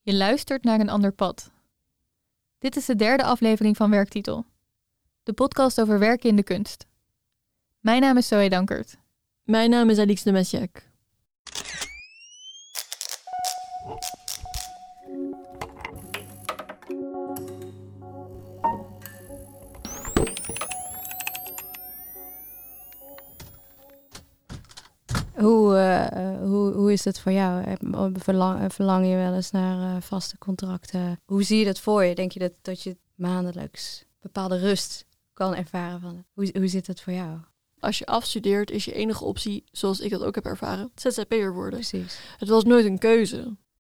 Je luistert naar Een Ander Pad. Dit is de 3e aflevering van Werktitel. De podcast over werken in de kunst. Mijn naam is Zoe Dankert. Mijn naam is Alix de Messiac. Hoe is het voor jou? Verlang je wel eens naar vaste contracten? Hoe zie je dat voor je? Denk je dat je maandelijks bepaalde rust kan ervaren van? Hoe zit dat voor jou? Als je afstudeert is je enige optie, zoals ik dat ook heb ervaren, ZZP'er worden. Precies. Het was nooit een keuze.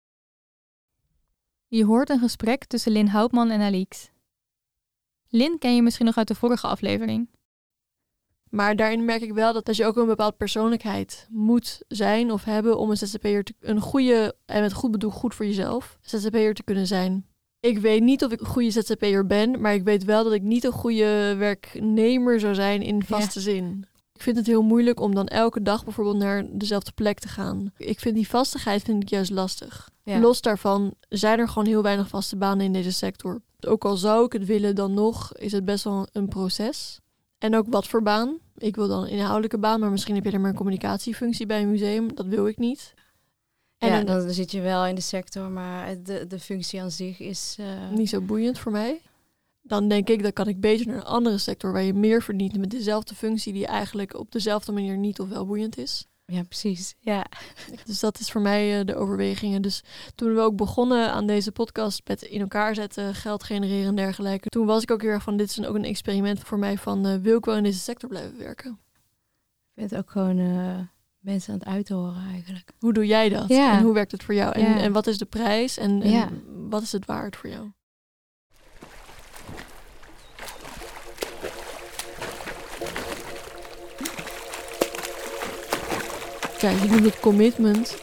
Je hoort een gesprek tussen Lynn Houtman en Alix. Lynn ken je misschien nog uit de vorige aflevering. Maar daarin merk ik wel dat je ook een bepaalde persoonlijkheid moet zijn of hebben om een ZZP'er een goede, en met goed bedoel goed voor jezelf, ZZP'er te kunnen zijn. Ik weet niet of ik een goede ZZP'er ben, maar ik weet wel dat ik niet een goede werknemer zou zijn in vaste zin. Ik vind het heel moeilijk om dan elke dag bijvoorbeeld naar dezelfde plek te gaan. Ik vind die vastigheid juist lastig. Ja. Los daarvan zijn er gewoon heel weinig vaste banen in deze sector. Ook al zou ik het willen, dan nog is het best wel een proces. En ook wat voor baan. Ik wil dan een inhoudelijke baan, maar misschien heb je er maar een communicatiefunctie bij een museum. Dat wil ik niet. En dan zit je wel in de sector, maar de functie aan zich is niet zo boeiend voor mij. Dan denk ik, dan kan ik beter naar een andere sector waar je meer verdient met dezelfde functie die eigenlijk op dezelfde manier niet of wel boeiend is. Ja, precies. Ja. Dus dat is voor mij de overwegingen. Dus toen we ook begonnen aan deze podcast met in elkaar zetten, geld genereren en dergelijke. Toen was ik ook heel erg van, dit is ook een experiment voor mij van, wil ik wel in deze sector blijven werken? Ik vind het ook gewoon mensen aan het uithoren eigenlijk. Hoe doe jij dat? Ja. En hoe werkt het voor jou? Ja. En wat is de prijs? En wat is het waard voor jou? Ja, je noemt het commitment.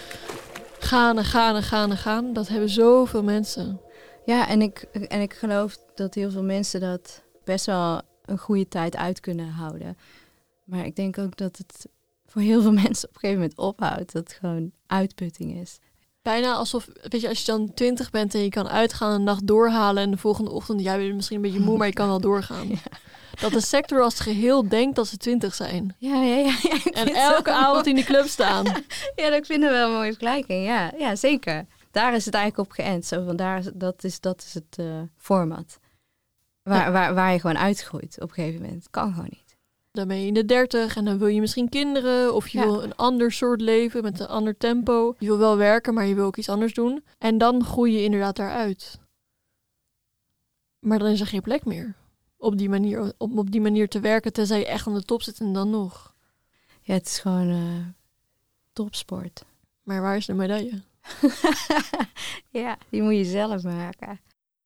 Gaan. Dat hebben zoveel mensen. Ja, en ik geloof dat heel veel mensen dat best wel een goede tijd uit kunnen houden. Maar ik denk ook dat het voor heel veel mensen op een gegeven moment ophoudt. Dat het gewoon uitputting is. Bijna alsof, weet je, als je dan 20 bent en je kan uitgaan en een nacht doorhalen en de volgende ochtend, jij bent misschien een beetje moe, maar je kan wel doorgaan. Ja. Dat de sector als geheel denkt dat ze 20 zijn. Ja. En elke avond in die club staan. Ja, dat vind ik wel een mooie vergelijking. Ja, zeker. Daar is het eigenlijk op geënt. Zo van dat is het format. Waar je gewoon uitgroeit op een gegeven moment. Kan gewoon niet. Dan ben je in de 30 en dan wil je misschien kinderen. Of je wil een ander soort leven met een ander tempo. Je wil wel werken, maar je wil ook iets anders doen. En dan groei je inderdaad daaruit. Maar dan is er geen plek meer. Op die manier te werken, tenzij je echt aan de top zit en dan nog. Ja, het is gewoon topsport. Maar waar is de medaille? Ja, die moet je zelf maken.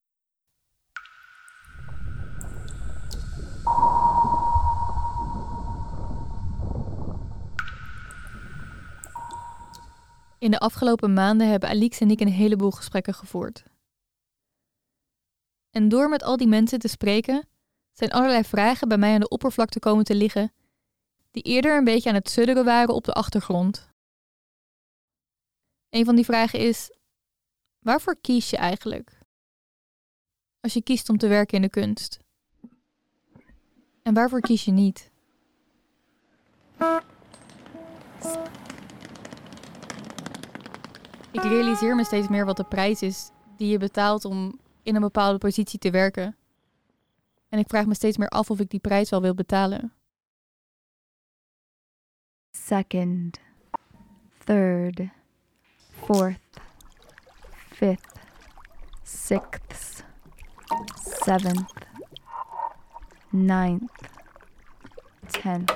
In de afgelopen maanden hebben Alix en ik een heleboel gesprekken gevoerd. En door met al die mensen te spreken, zijn allerlei vragen bij mij aan de oppervlakte komen te liggen, die eerder een beetje aan het sudderen waren op de achtergrond. Een van die vragen is, waarvoor kies je eigenlijk? Als je kiest om te werken in de kunst. En waarvoor kies je niet? Ik realiseer me steeds meer wat de prijs is die je betaalt om in een bepaalde positie te werken. En ik vraag me steeds meer af of ik die prijs wel wil betalen. Second, third, fourth, fifth, sixth, seventh, ninth, 10th.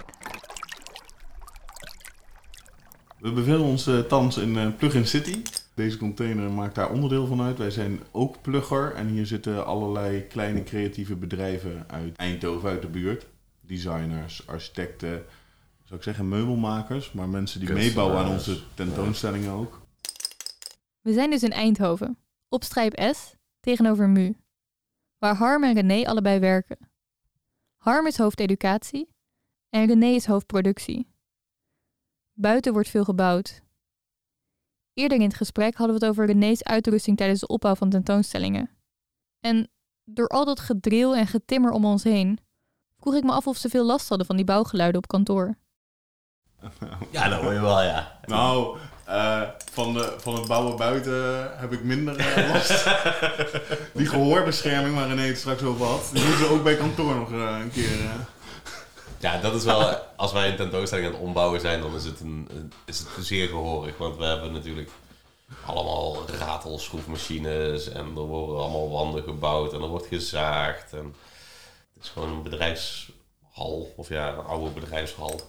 We bevinden ons thans in Plug-in City. Deze container maakt daar onderdeel van uit. Wij zijn ook plugger en hier zitten allerlei kleine creatieve bedrijven uit Eindhoven, uit de buurt. Designers, architecten, zou ik zeggen meubelmakers, maar mensen die meebouwen aan onze tentoonstellingen ook. We zijn dus in Eindhoven, op Strijp S, tegenover MU, waar Harm en René allebei werken. Harm is hoofdeducatie en René is hoofdproductie. Buiten wordt veel gebouwd. Eerder in het gesprek hadden we het over René's uitrusting tijdens de opbouw van tentoonstellingen. En door al dat gedril en getimmer om ons heen, vroeg ik me af of ze veel last hadden van die bouwgeluiden op kantoor. Ja, dat hoor je wel, ja. Nou, van het bouwen buiten heb ik minder last. Die gehoorbescherming waar René het straks over had, die moeten ze ook bij kantoor nog een keer... Ja, dat is wel... Als wij een tentoonstelling aan het ombouwen zijn, dan is het zeer gehoorig. Want we hebben natuurlijk allemaal ratelschroefmachines en er worden allemaal wanden gebouwd en er wordt gezaagd. En het is gewoon een bedrijfshal, of ja, een oude bedrijfshal.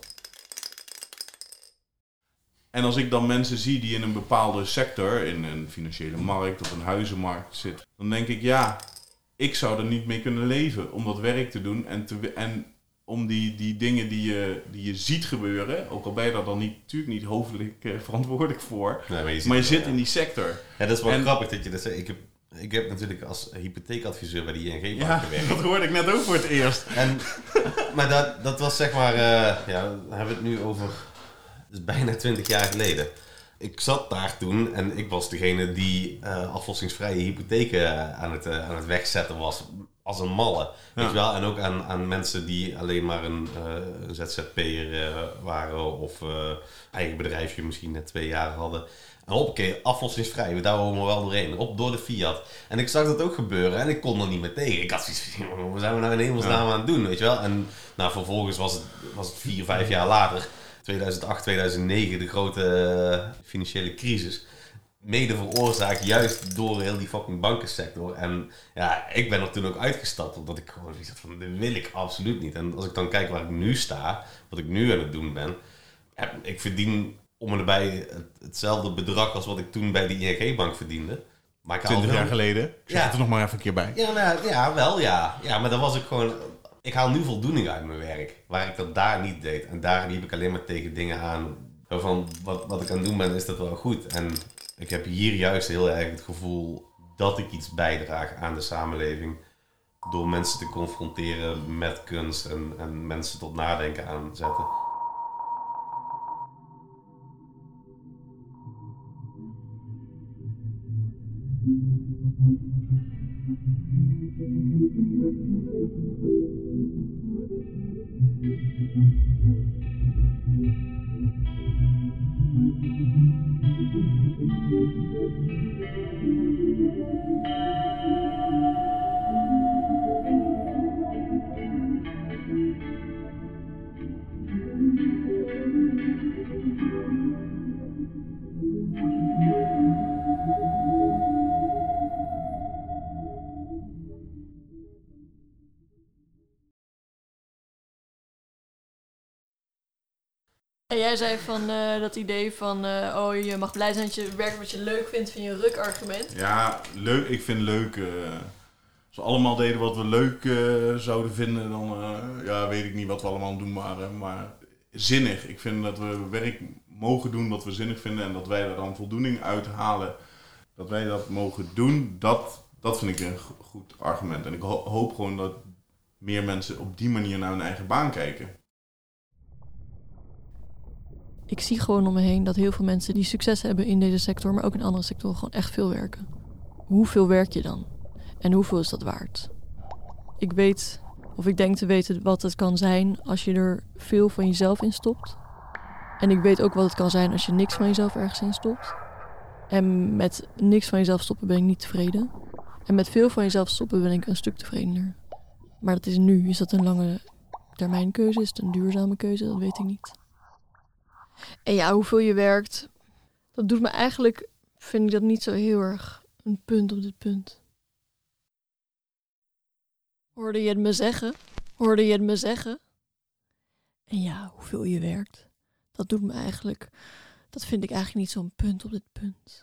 En als ik dan mensen zie die in een bepaalde sector, in een financiële markt of een huizenmarkt zitten, dan denk ik, ja, ik zou er niet mee kunnen leven om dat werk te doen en om die dingen die je ziet gebeuren, ook al ben je daar dan natuurlijk niet hoofdelijk verantwoordelijk voor, Nee, maar je zit in die sector. Ja, dat is wel grappig dat je dat zegt. Ik heb natuurlijk als hypotheekadviseur bij de ING-bank gewerkt. Dat hoorde ik net ook voor het eerst. Maar dat was zeg maar, dan hebben we het nu over, dat is bijna 20 jaar geleden. Ik zat daar toen en ik was degene die aflossingsvrije hypotheken aan het wegzetten was. Als een malle. Weet je wel? En ook aan mensen die alleen maar een ZZP'er waren of eigen bedrijfje misschien net 2 jaar hadden. En hoppakee, aflossingsvrij, daar horen we wel doorheen. Door de Fiat. En ik zag dat ook gebeuren en ik kon er niet meer tegen. Ik had zoiets van, wat zijn we nou in hemelsnaam aan het doen, weet je wel? En nou, vervolgens was het 4, 5 jaar later, 2008, 2009, de grote financiële crisis. Mede veroorzaakt juist door heel die fucking bankensector. En ja, ik ben er toen ook uitgestapt, omdat ik gewoon zoiets had van, dit wil ik absoluut niet. En als ik dan kijk waar ik nu sta, wat ik nu aan het doen ben, ik verdien om en nabij hetzelfde bedrag als wat ik toen bij de ING-bank verdiende. Maar ik 20 jaar geleden. Ik zeg het er nog maar even een keer bij. Ja, nou, wel ja. Ja, maar dan was ik gewoon... Ik haal nu voldoening uit mijn werk, waar ik dat daar niet deed. En daar liep ik alleen maar tegen dingen aan. Van wat ik aan het doen ben, is dat wel goed. En ik heb hier juist heel erg het gevoel dat ik iets bijdraag aan de samenleving. Door mensen te confronteren met kunst en mensen tot nadenken aanzetten. En jij zei van dat idee van, je mag blij zijn dat je werkt wat je leuk vindt, vind je een rukargument. Ja, leuk. Ik vind leuk. Als we allemaal deden wat we leuk zouden vinden, dan weet ik niet wat we allemaal doen waren. Maar zinnig. Ik vind dat we werk mogen doen wat we zinnig vinden en dat wij er dan voldoening uit halen. Dat wij dat mogen doen, dat vind ik een goed argument. En ik hoop gewoon dat meer mensen op die manier naar hun eigen baan kijken. Ik zie gewoon om me heen dat heel veel mensen die succes hebben in deze sector, maar ook in andere sectoren, gewoon echt veel werken. Hoeveel werk je dan? En hoeveel is dat waard? Ik weet, of ik denk te weten wat het kan zijn als je er veel van jezelf in stopt. En ik weet ook wat het kan zijn als je niks van jezelf ergens in stopt. En met niks van jezelf stoppen ben ik niet tevreden. En met veel van jezelf stoppen ben ik een stuk tevredener. Maar dat is nu. Is dat een lange termijn keuze? Is het een duurzame keuze? Dat weet ik niet. En ja, hoeveel je werkt, dat doet me eigenlijk, vind ik dat niet zo heel erg een punt op dit punt. Hoorde je het me zeggen? Hoorde je het me zeggen? En ja, hoeveel je werkt, dat doet me eigenlijk, dat vind ik eigenlijk niet zo'n punt op dit punt.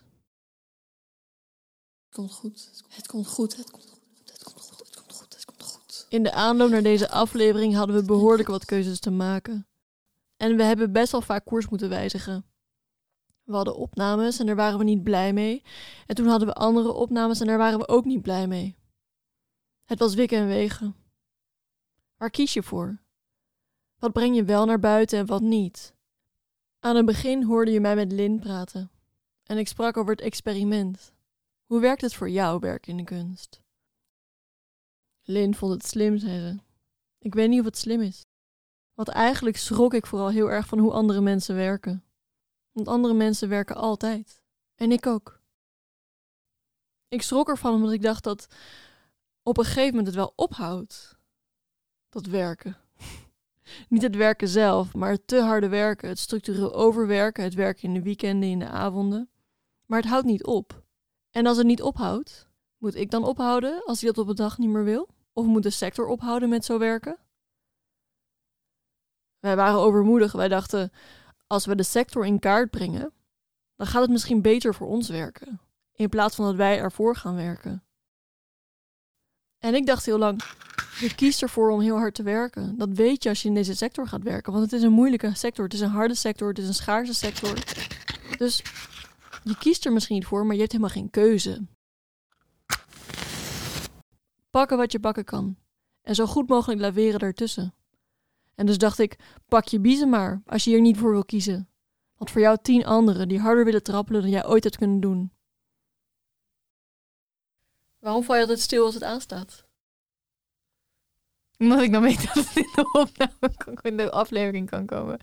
Het komt goed, het komt goed, het komt goed, het komt goed, het komt goed, het komt goed. In de aanloop naar deze aflevering hadden we behoorlijk wat keuzes te maken. En we hebben best wel vaak koers moeten wijzigen. We hadden opnames en daar waren we niet blij mee. En toen hadden we andere opnames en daar waren we ook niet blij mee. Het was wikken en wegen. Waar kies je voor? Wat breng je wel naar buiten en wat niet? Aan het begin hoorde je mij met Lin praten. En ik sprak over het experiment. Hoe werkt het voor jou, werken in de kunst? Lynn vond het slim, zei ze. Ik weet niet of het slim is. Want eigenlijk schrok ik vooral heel erg van hoe andere mensen werken. Want andere mensen werken altijd. En ik ook. Ik schrok ervan omdat ik dacht dat op een gegeven moment het wel ophoudt. Dat werken. Niet het werken zelf, maar het te harde werken, het structureel overwerken, het werken in de weekenden, in de avonden. Maar het houdt niet op. En als het niet ophoudt, moet ik dan ophouden als hij dat op een dag niet meer wil? Of moet de sector ophouden met zo werken? Wij waren overmoedig. Wij dachten, als we de sector in kaart brengen, dan gaat het misschien beter voor ons werken. In plaats van dat wij ervoor gaan werken. En ik dacht heel lang, je kiest ervoor om heel hard te werken. Dat weet je als je in deze sector gaat werken. Want het is een moeilijke sector. Het is een harde sector. Het is een schaarse sector. Dus je kiest er misschien niet voor, maar je hebt helemaal geen keuze. Pakken wat je pakken kan. En zo goed mogelijk laveren daartussen. En dus dacht ik, pak je biezen maar, als je hier niet voor wil kiezen. Want voor jou 10 anderen die harder willen trappelen dan jij ooit hebt kunnen doen. Waarom val je altijd stil als het aanstaat? Omdat ik dan weet dat het in de opname in de aflevering kan komen.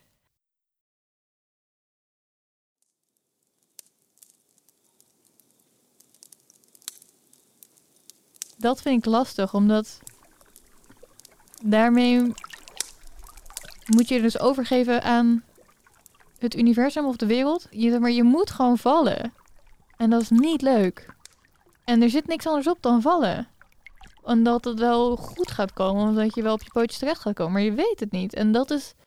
Dat vind ik lastig, omdat daarmee moet je dus overgeven aan het universum of de wereld. Maar je moet gewoon vallen. En dat is niet leuk. En er zit niks anders op dan vallen. Omdat het wel goed gaat komen, omdat je wel op je pootjes terecht gaat komen. Maar je weet het niet. En dat is...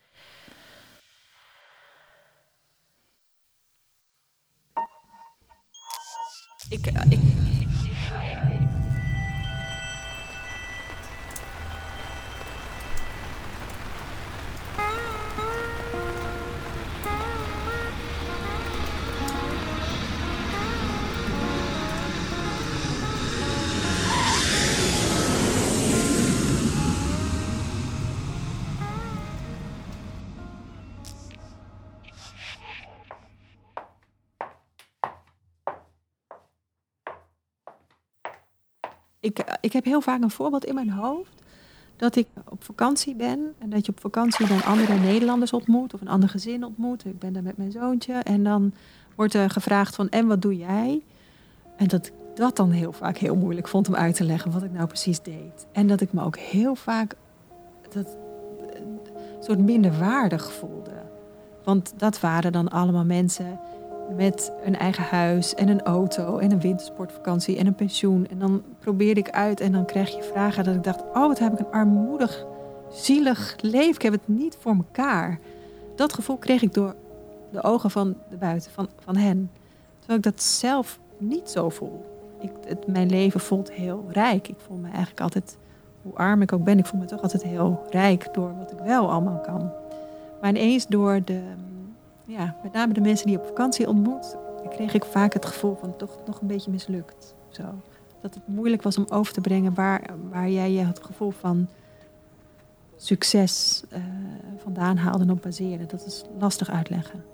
Ik heb heel vaak een voorbeeld in mijn hoofd dat ik op vakantie ben en dat je op vakantie dan andere Nederlanders ontmoet of een ander gezin ontmoet. Ik ben daar met mijn zoontje en dan wordt er gevraagd van en wat doe jij? En dat ik dat dan heel vaak heel moeilijk vond om uit te leggen wat ik nou precies deed. En dat ik me ook heel vaak dat soort minderwaardig voelde. Want dat waren dan allemaal mensen met een eigen huis en een auto en een wintersportvakantie en een pensioen. En dan probeerde ik uit en dan krijg je vragen dat ik dacht, oh, wat heb ik een armoedig, zielig leven. Ik heb het niet voor mekaar. Dat gevoel kreeg ik door de ogen van de buiten, van hen. Terwijl ik dat zelf niet zo voel. Mijn leven voelt heel rijk. Ik voel me eigenlijk altijd, hoe arm ik ook ben, ik voel me toch altijd heel rijk door wat ik wel allemaal kan. Maar ineens door met name de mensen die ik op vakantie ontmoet, kreeg ik vaak het gevoel van toch nog een beetje mislukt. Zo. Dat het moeilijk was om over te brengen waar jij je het gevoel van succes vandaan haalde en op baseerde. Dat is lastig uitleggen.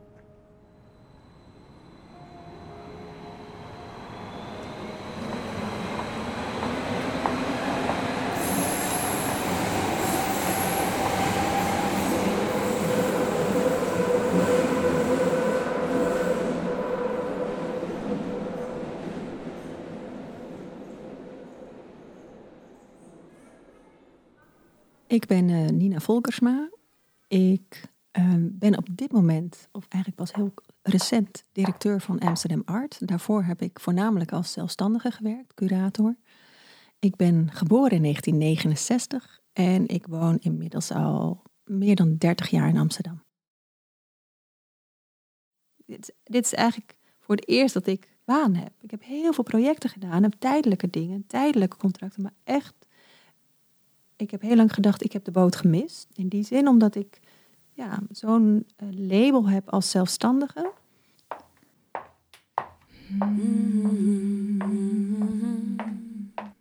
Ik ben Nina Volkersma. Ik ben op dit moment, of eigenlijk pas heel recent, directeur van Amsterdam Art. Daarvoor heb ik voornamelijk als zelfstandige gewerkt, curator. Ik ben geboren in 1969 en ik woon inmiddels al meer dan 30 jaar in Amsterdam. Dit is eigenlijk voor het eerst dat ik baan heb. Ik heb heel veel projecten gedaan, heb tijdelijke dingen, tijdelijke contracten, maar echt... Ik heb heel lang gedacht, ik heb de boot gemist. In die zin, omdat ik zo'n label heb als zelfstandige.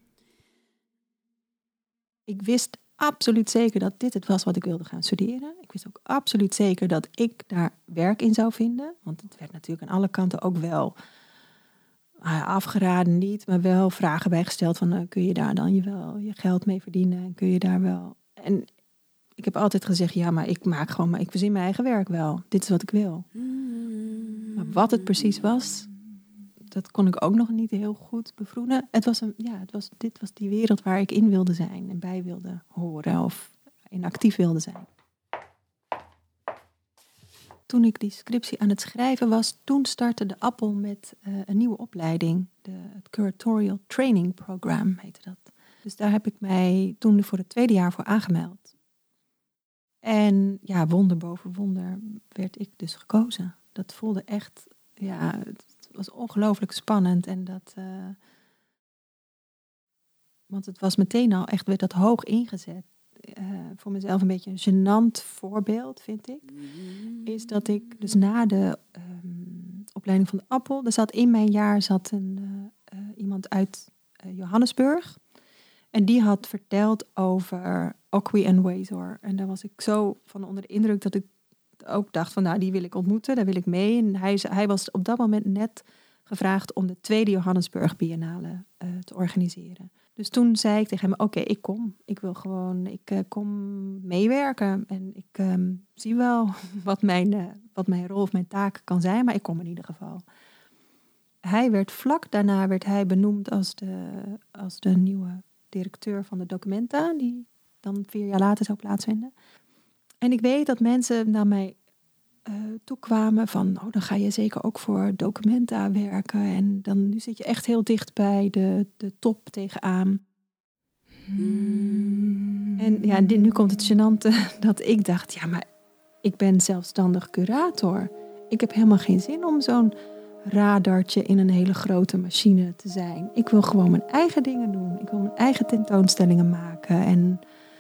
Ik wist absoluut zeker dat dit het was wat ik wilde gaan studeren. Ik ik wist ook absoluut zeker dat ik daar werk in zou vinden. Want het werd natuurlijk aan alle kanten ook wel afgeraden niet, maar wel vragen bijgesteld van kun je daar dan je geld mee verdienen en kun je daar wel. En ik heb altijd gezegd, ja, maar ik verzin mijn eigen werk wel. Dit is wat ik wil. Maar wat het precies was, dat kon ik ook nog niet heel goed bevroeden. Dit was die wereld waar ik in wilde zijn en bij wilde horen of in actief wilde zijn. Toen ik die scriptie aan het schrijven was, toen startte de Appel met een nieuwe opleiding. Het Curatorial Training Program heette dat. Dus daar heb ik mij toen voor het tweede jaar voor aangemeld. En ja, wonder boven wonder werd ik dus gekozen. Dat voelde echt, het was ongelooflijk spannend. En want het was meteen al echt, werd dat hoog ingezet. Voor mezelf een beetje een gênant voorbeeld, vind ik. Is dat ik dus na de opleiding van de Appel, in mijn jaar zat iemand uit Johannesburg. En die had verteld over Okwi en Wazor. En daar was ik zo van onder de indruk dat ik ook dacht van, die wil ik ontmoeten, daar wil ik mee. En hij was op dat moment net gevraagd om de tweede Johannesburg Biennale te organiseren. Dus toen zei ik tegen hem, oké, ik kom. Ik kom meewerken. En ik zie wel wat mijn rol of mijn taak kan zijn, maar ik kom in ieder geval. Hij werd vlak daarna benoemd als de nieuwe directeur van de Documenta, die dan 4 jaar later zou plaatsvinden. En ik weet dat mensen naar mij toekwamen van, dan ga je zeker ook voor Documenta werken. En dan nu zit je echt heel dicht bij de top tegenaan. En ja, nu komt het gênante dat ik dacht, ja, maar ik ben zelfstandig curator. Ik heb helemaal geen zin om zo'n radartje in een hele grote machine te zijn. Ik wil gewoon mijn eigen dingen doen. Ik wil mijn eigen tentoonstellingen maken.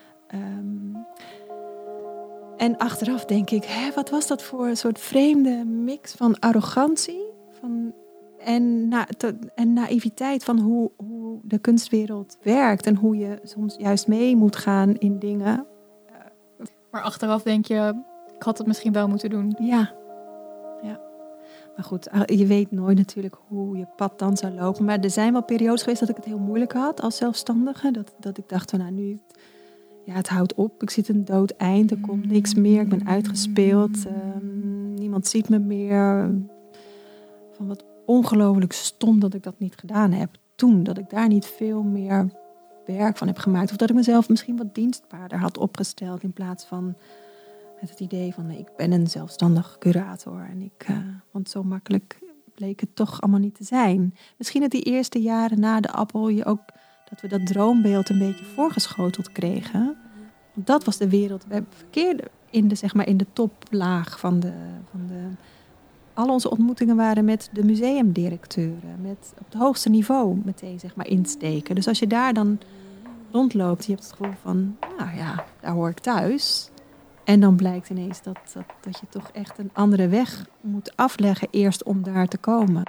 En achteraf denk ik, wat was dat voor een soort vreemde mix van arrogantie en naïviteit van hoe de kunstwereld werkt en hoe je soms juist mee moet gaan in dingen. Maar achteraf denk je, ik had het misschien wel moeten doen. Ja. Maar goed, je weet nooit natuurlijk hoe je pad dan zou lopen. Maar er zijn wel periodes geweest dat ik het heel moeilijk had als zelfstandige. Dat ik dacht van, nu, het houdt op. Ik zit een dood eind, er komt niks meer. Ik ben uitgespeeld. Niemand ziet me meer. Van wat ongelooflijk stom dat ik dat niet gedaan heb toen. Dat ik daar niet veel meer werk van heb gemaakt. Of dat ik mezelf misschien wat dienstbaarder had opgesteld in plaats van met het idee van ik ben een zelfstandig curator. Want zo makkelijk bleek het toch allemaal niet te zijn. Misschien dat die eerste jaren na de Appel dat we dat droombeeld een beetje voorgeschoteld kregen. Want dat was de wereld. We verkeerden in de toplaag van de. Al onze ontmoetingen waren met de museumdirecteuren. Met op het hoogste niveau meteen insteken. Dus als je daar dan rondloopt, je hebt het gevoel van, daar hoor ik thuis. En dan blijkt ineens dat je toch echt een andere weg moet afleggen eerst om daar te komen.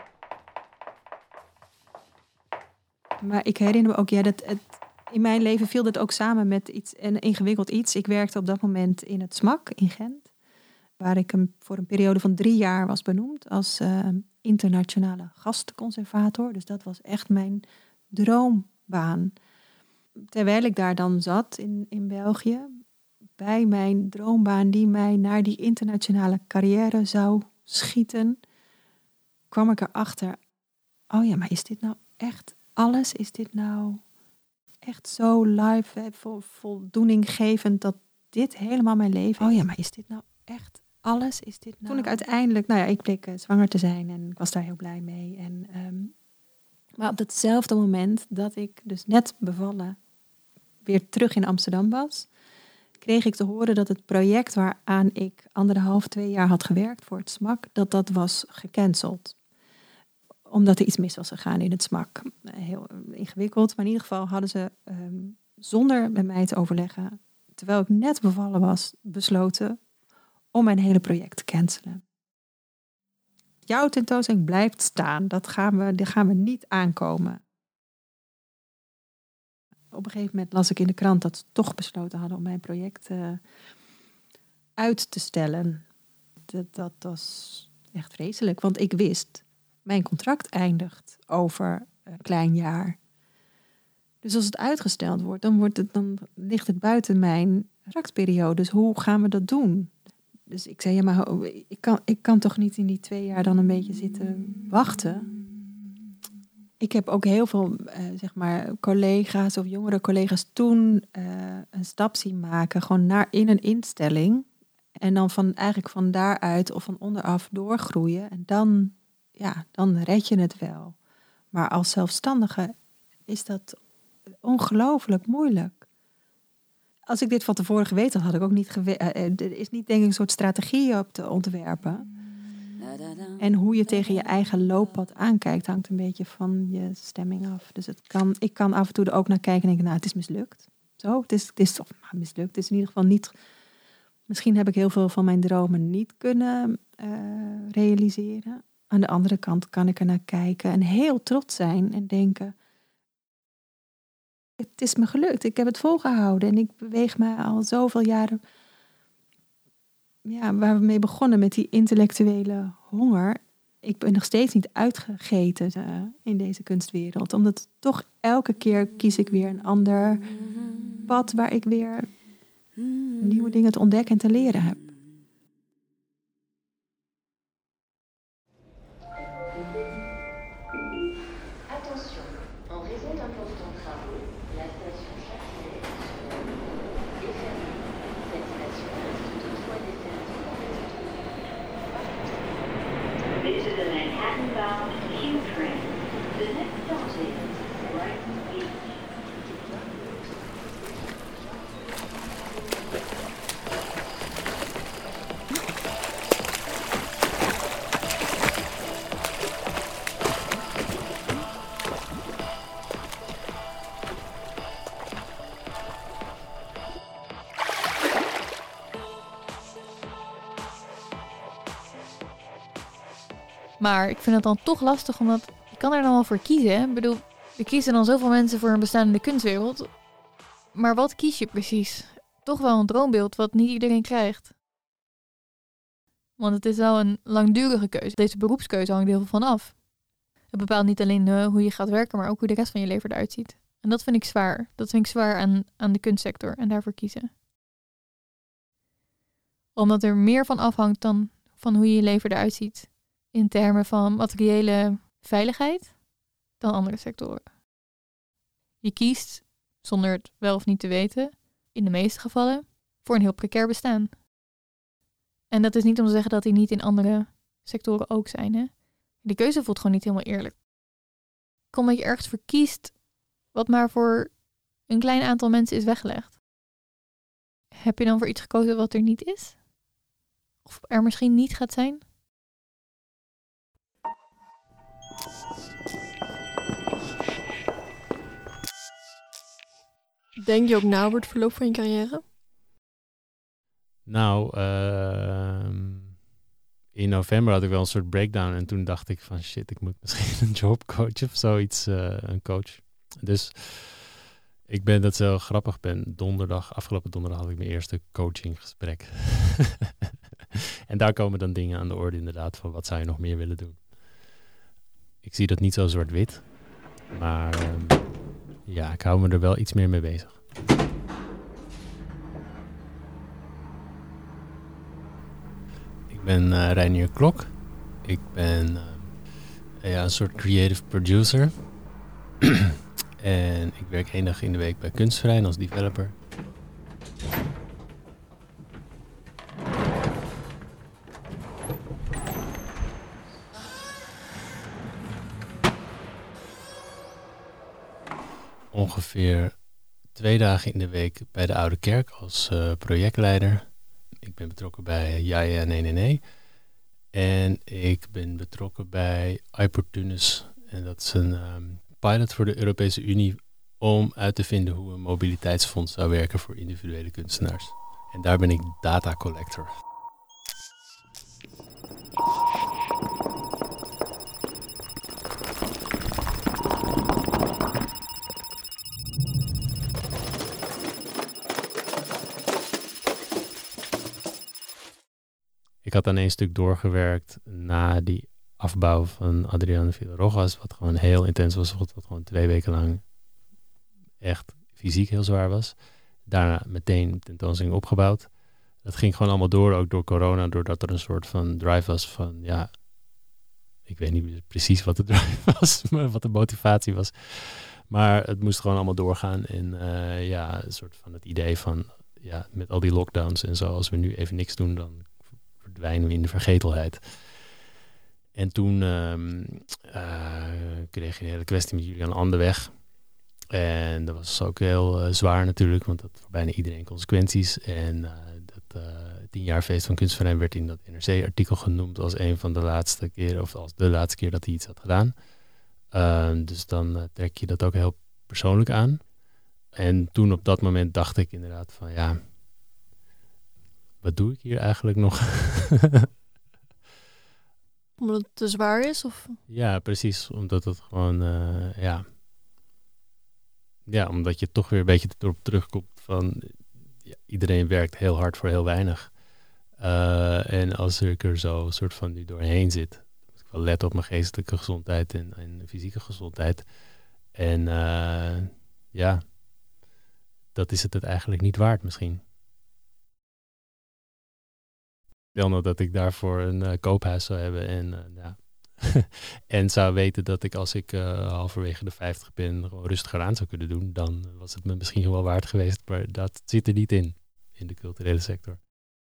Maar ik herinner me ook, in mijn leven viel dat ook samen met een ingewikkeld iets. Ik werkte op dat moment in het SMAK in Gent, waar ik voor een periode van 3 jaar was benoemd als internationale gastconservator. Dus dat was echt mijn droombaan. Terwijl ik daar dan zat in België, bij mijn droombaan die mij naar die internationale carrière zou schieten, kwam ik erachter, maar is dit nou echt alles? Is dit nou echt zo live, voldoeninggevend dat dit helemaal mijn leven is? Maar is dit nou echt alles? Is dit nou... Toen ik uiteindelijk, ik bleek zwanger te zijn en ik was daar heel blij mee. Maar op datzelfde moment dat ik dus net bevallen weer terug in Amsterdam was, kreeg ik te horen dat het project waaraan ik 1,5-2 jaar had gewerkt voor het SMAK, dat was gecanceld. Omdat er iets mis was gegaan in het SMAK. Heel ingewikkeld, maar in ieder geval hadden ze zonder met mij te overleggen, terwijl ik net bevallen was, besloten om mijn hele project te cancelen. Jouw tentoonstelling blijft staan. Die gaan we niet aankomen. Op een gegeven moment las ik in de krant dat ze toch besloten hadden om mijn project uit te stellen. Dat was echt vreselijk. Want ik wist, mijn contract eindigt over een klein jaar. Dus als het uitgesteld wordt, dan ligt het buiten mijn contractperiode. Dus hoe gaan we dat doen? Dus ik zei, ja, maar ik kan toch niet in die 2 jaar dan een beetje zitten wachten? Ik heb ook heel veel, collega's of jongere collega's toen een stap zien maken. Gewoon in een instelling. En dan van daaruit of van onderaf doorgroeien. En dan red je het wel. Maar als zelfstandige is dat ongelooflijk moeilijk. Als ik dit van tevoren geweten had, had ik ook niet er is niet denk ik een soort strategie op te ontwerpen. En hoe je tegen je eigen looppad aankijkt, hangt een beetje van je stemming af. Dus ik kan af en toe er ook naar kijken en denken, nou, het is mislukt. Zo, het is toch mislukt. Het is in ieder geval niet. Misschien heb ik heel veel van mijn dromen niet kunnen realiseren. Aan de andere kant kan ik er naar kijken en heel trots zijn en denken, het is me gelukt. Ik heb het volgehouden en ik beweeg me al zoveel jaren. Ja, waar we mee begonnen met die intellectuele honger. Ik ben nog steeds niet uitgegeten in deze kunstwereld. Omdat toch elke keer kies ik weer een ander pad waar ik weer nieuwe dingen te ontdekken en te leren heb. Attention, en raison d'importants travaux, la station Châtelet est fermée. Cette station reste toutefois desservie par les autobus. This is a Manhattan-bound Q train. The next stop is Brighton Beach. Maar ik vind het dan toch lastig, omdat je kan er dan wel voor kiezen. Hè? Ik bedoel, er kiezen dan zoveel mensen voor een bestaan in de kunstwereld. Maar wat kies je precies? Toch wel een droombeeld wat niet iedereen krijgt. Want het is wel een langdurige keuze. Deze beroepskeuze hangt heel veel van af. Het bepaalt niet alleen hoe je gaat werken, maar ook hoe de rest van je leven eruit ziet. En dat vind ik zwaar. Dat vind ik zwaar aan de kunstsector en daarvoor kiezen. Omdat er meer van afhangt dan van hoe je leven eruit ziet. In termen van materiële veiligheid dan andere sectoren. Je kiest, zonder het wel of niet te weten, in de meeste gevallen, voor een heel precair bestaan. En dat is niet om te zeggen dat die niet in andere sectoren ook zijn. Hè? De keuze voelt gewoon niet helemaal eerlijk. Omdat je ergens voor kiest wat maar voor een klein aantal mensen is weggelegd. Heb je dan voor iets gekozen wat er niet is? Of er misschien niet gaat zijn? Denk je ook na over het verloop van je carrière? Nou, in november had ik wel een soort breakdown. En toen dacht ik van shit, ik moet misschien een jobcoach of zoiets, een coach. Dus ik ben, dat zo grappig ben, afgelopen donderdag had ik mijn eerste coachinggesprek. En daar komen dan dingen aan de orde inderdaad van wat zou je nog meer willen doen. Ik zie dat niet zo zwart-wit. Maar ja, ik hou me er wel iets meer mee bezig. Ik ben Reinier Klok. Ik ben een soort creative producer. En ik werk 1 dag in de week bij Kunstvrij als developer. Ongeveer 2 dagen in de week bij de Oude Kerk als projectleider. Ik ben betrokken bij Jaja Nee. En ik ben betrokken bij iPortunus. En dat is een pilot voor de Europese Unie om uit te vinden hoe een mobiliteitsfonds zou werken voor individuele kunstenaars. En daar ben ik data collector. Ik had aan 1 stuk doorgewerkt na die afbouw van Adriano Villarojas, wat gewoon heel intens was, wat gewoon 2 weken lang echt fysiek heel zwaar was. Daarna meteen tentoonstelling opgebouwd. Dat ging gewoon allemaal door, ook door corona, doordat er een soort van drive was van, ja, ik weet niet precies wat de drive was, maar wat de motivatie was. Maar het moest gewoon allemaal doorgaan. En een soort van het idee van, ja, met al die lockdowns en zo, als we nu even niks doen, dan verdwijnen we in de vergetelheid. En toen kreeg je de hele kwestie met Julian Anderweg. En dat was ook heel zwaar natuurlijk, want dat voor bijna iedereen consequenties. En dat 10-jaarfeest van Kunstverein werd in dat NRC-artikel genoemd als een van de laatste keren, of als de laatste keer dat hij iets had gedaan. Dus dan trek je dat ook heel persoonlijk aan. En toen op dat moment dacht ik inderdaad van, ja, wat doe ik hier eigenlijk nog? Omdat het te zwaar is? Of? Ja, precies. Omdat het gewoon, omdat je toch weer een beetje erop terugkomt van, ja, iedereen werkt heel hard voor heel weinig. En als ik er zo soort van nu doorheen zit, moet ik wel letten op mijn geestelijke gezondheid en fysieke gezondheid. En dat is het eigenlijk niet waard misschien. Wel nog dat ik daarvoor een koophuis zou hebben en en zou weten dat ik als ik halverwege de 50 ben gewoon rustiger aan zou kunnen doen, dan was het me misschien wel waard geweest, maar dat zit er niet in de culturele sector.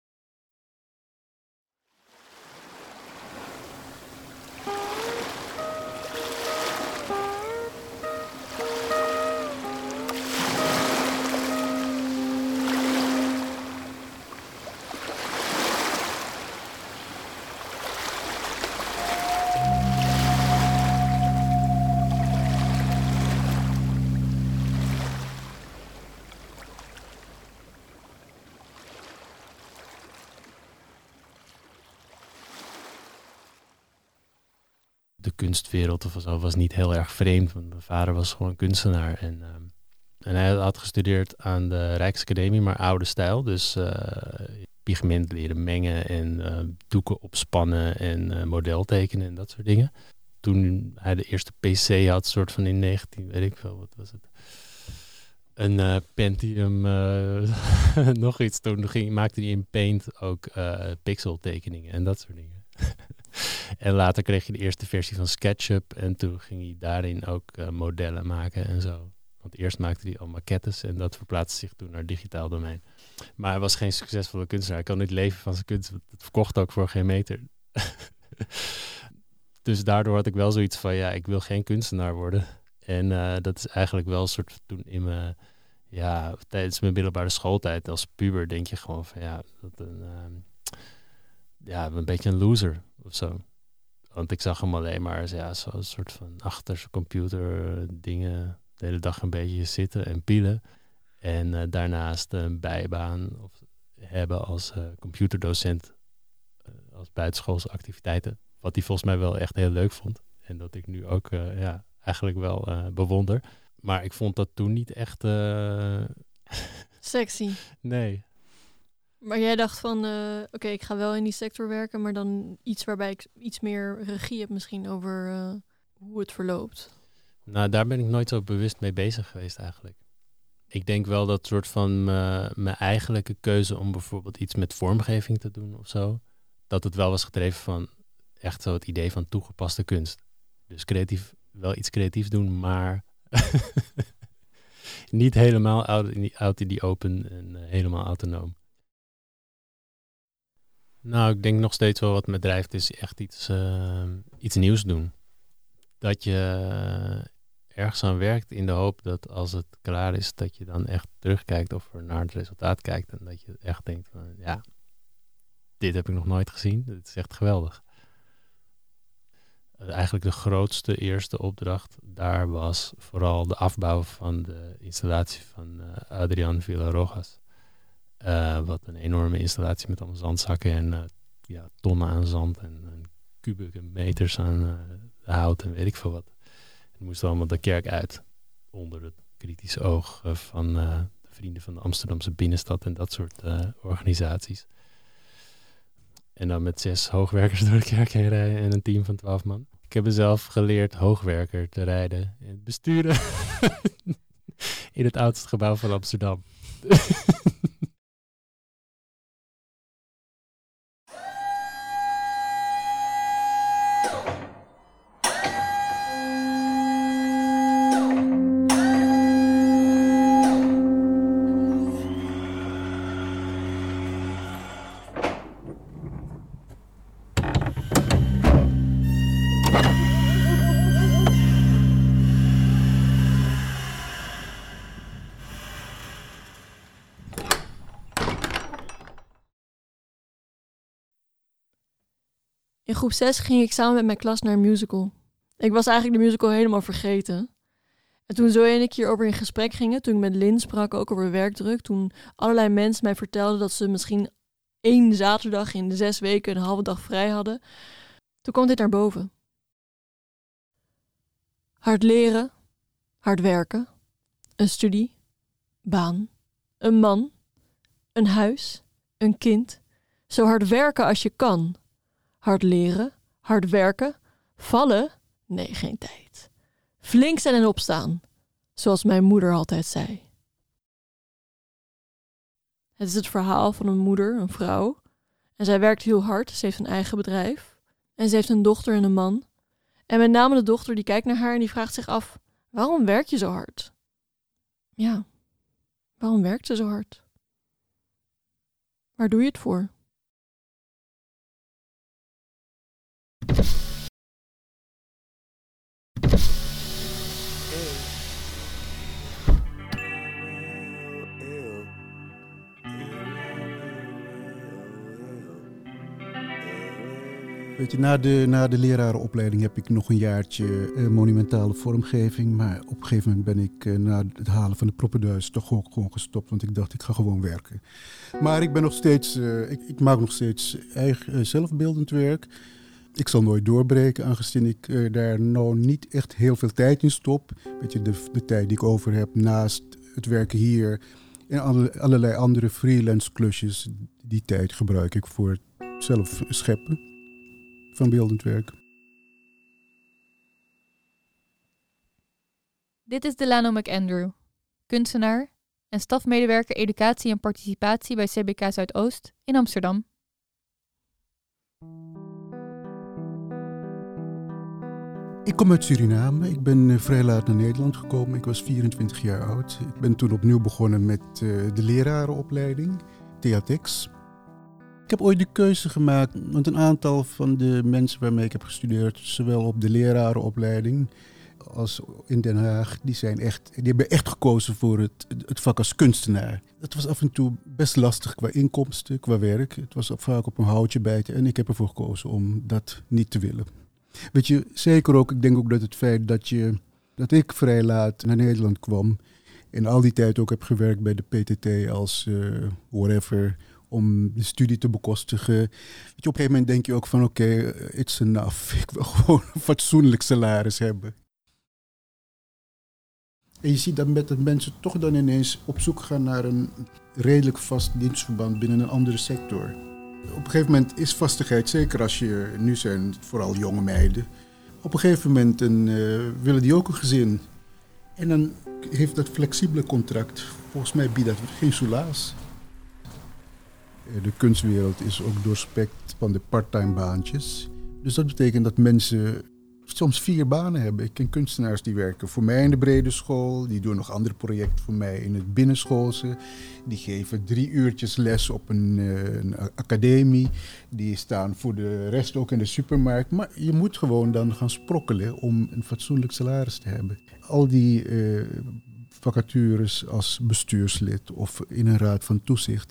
De kunstwereld of zo was niet heel erg vreemd, want mijn vader was gewoon kunstenaar en hij had gestudeerd aan de Rijksacademie, maar oude stijl, dus pigment leren mengen en doeken opspannen en model tekenen en dat soort dingen. Toen hij de eerste PC had, soort van in 19, weet ik veel, wat was het? Een Pentium, nog iets. Toen maakte hij in Paint ook pixeltekeningen en dat soort dingen. En later kreeg je de eerste versie van SketchUp en toen ging hij daarin ook modellen maken en zo. Want eerst maakte hij al maquettes en dat verplaatste zich toen naar digitaal domein. Maar hij was geen succesvolle kunstenaar. Hij kon niet leven van zijn kunst. Het verkocht ook voor geen meter. Dus daardoor had ik wel zoiets van, ja, ik wil geen kunstenaar worden. En dat is eigenlijk wel een soort toen in mijn, tijdens mijn middelbare schooltijd als puber denk je gewoon van, een beetje een loser of zo. Want ik zag hem alleen maar zo'n soort van achter zijn computer dingen de hele dag een beetje zitten en pielen. En daarnaast een bijbaan hebben als computerdocent als buitenschoolse activiteiten. Wat hij volgens mij wel echt heel leuk vond. En dat ik nu ook eigenlijk wel bewonder. Maar ik vond dat toen niet echt sexy. Nee. Maar jij dacht van, oké, ik ga wel in die sector werken, maar dan iets waarbij ik iets meer regie heb misschien over hoe het verloopt. Nou, daar ben ik nooit zo bewust mee bezig geweest eigenlijk. Ik denk wel dat soort van mijn eigenlijke keuze om bijvoorbeeld iets met vormgeving te doen of zo, dat het wel was gedreven van echt zo het idee van toegepaste kunst. Dus wel iets creatiefs doen, maar niet helemaal out in die open en helemaal autonoom. Nou, ik denk nog steeds wel wat me drijft is echt iets nieuws doen. Dat je ergens aan werkt in de hoop dat als het klaar is, dat je dan echt terugkijkt of naar het resultaat kijkt. En dat je echt denkt van, ja, dit heb ik nog nooit gezien. Dit is echt geweldig. Eigenlijk de grootste eerste opdracht daar was vooral de afbouw van de installatie van Adriano Villarojas. Wat een enorme installatie met allemaal zandzakken en tonnen aan zand en kubieke meters aan hout en weet ik veel wat. Het moest allemaal de kerk uit onder het kritische oog van de Vrienden van de Amsterdamse Binnenstad en dat soort organisaties. En dan met 6 hoogwerkers door de kerk heen rijden en een team van 12 man. Ik heb mezelf geleerd hoogwerker te rijden en besturen in het oudste gebouw van Amsterdam. In groep 6 ging ik samen met mijn klas naar een musical. Ik was eigenlijk de musical helemaal vergeten. En toen Zoe en ik hierover in gesprek gingen, toen ik met Lynn sprak ook over werkdruk, toen allerlei mensen mij vertelden dat ze misschien 1 zaterdag in de 6 weken een halve dag vrij hadden, toen kwam dit naar boven. Hard leren, hard werken, een studie, baan, een man, een huis, een kind, zo hard werken als je kan. Hard leren, hard werken, vallen? Nee, geen tijd. Flink zijn en opstaan, zoals mijn moeder altijd zei. Het is het verhaal van een moeder, een vrouw. En zij werkt heel hard, ze heeft een eigen bedrijf. En ze heeft een dochter en een man. En met name de dochter die kijkt naar haar en die vraagt zich af, waarom werk je zo hard? Ja, waarom werkt ze zo hard? Waar doe je het voor? Weet je, na de lerarenopleiding heb ik nog een jaartje monumentale vormgeving. Maar op een gegeven moment ben ik na het halen van de proppenduis toch ook gewoon gestopt. Want ik dacht, ik ga gewoon werken. Maar ik ben nog steeds, ik maak nog steeds eigen zelfbeeldend werk. Ik zal nooit doorbreken, aangezien ik daar nou niet echt heel veel tijd in stop. Weet je, de tijd die ik over heb naast het werken hier en allerlei andere freelance klusjes. Die tijd gebruik ik voor het zelf scheppen van beeldend werk. Dit is Delano McAndrew, kunstenaar en stafmedewerker educatie en participatie bij CBK Zuidoost in Amsterdam. Ik kom uit Suriname. Ik ben vrij laat naar Nederland gekomen. Ik was 24 jaar oud. Ik ben toen opnieuw begonnen met de lerarenopleiding, Theatex. Ik heb ooit de keuze gemaakt, want een aantal van de mensen waarmee ik heb gestudeerd, zowel op de lerarenopleiding als in Den Haag, die hebben echt gekozen voor het vak als kunstenaar. Dat was af en toe best lastig qua inkomsten, qua werk. Het was vaak op een houtje bijten en ik heb ervoor gekozen om dat niet te willen. Weet je, zeker ook, ik denk ook dat het feit dat ik vrij laat naar Nederland kwam en al die tijd ook heb gewerkt bij de PTT als whatever, om de studie te bekostigen. Weet je, op een gegeven moment denk je ook van oké, it's enough. Ik wil gewoon een fatsoenlijk salaris hebben. En je ziet dat mensen toch dan ineens op zoek gaan naar een redelijk vast dienstverband binnen een andere sector. Op een gegeven moment is vastigheid, zeker als je, nu zijn vooral jonge meiden, op een gegeven moment willen die ook een gezin. En dan heeft dat flexibele contract, volgens mij biedt dat geen soelaas. De kunstwereld is ook doorspekt van de parttime baantjes. Dus dat betekent dat mensen soms 4 banen hebben. Ik ken kunstenaars die werken voor mij in de brede school. Die doen nog andere projecten voor mij in het binnenschoolse. Die geven 3 uurtjes les op een academie. Die staan voor de rest ook in de supermarkt. Maar je moet gewoon dan gaan sprokkelen om een fatsoenlijk salaris te hebben. Al die vacatures als bestuurslid of in een raad van toezicht.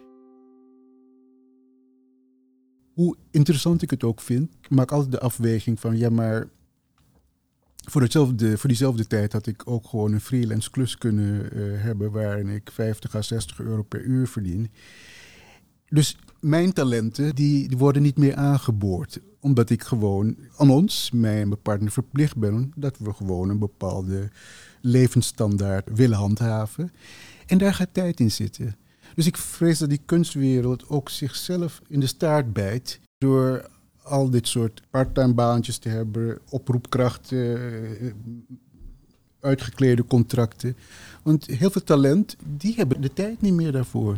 Hoe interessant ik het ook vind, ik maak altijd de afweging van ja, maar voor diezelfde tijd had ik ook gewoon een freelance klus kunnen hebben waarin ik 50 à 60 euro per uur verdien. Dus mijn talenten die worden niet meer aangeboord, omdat ik gewoon aan ons, mij en mijn partner verplicht ben dat we gewoon een bepaalde levensstandaard willen handhaven. En daar gaat tijd in zitten. Dus ik vrees dat die kunstwereld ook zichzelf in de staart bijt Door al dit soort parttime baantjes te hebben, oproepkrachten, uitgeklede contracten. Want heel veel talent, die hebben de tijd niet meer daarvoor.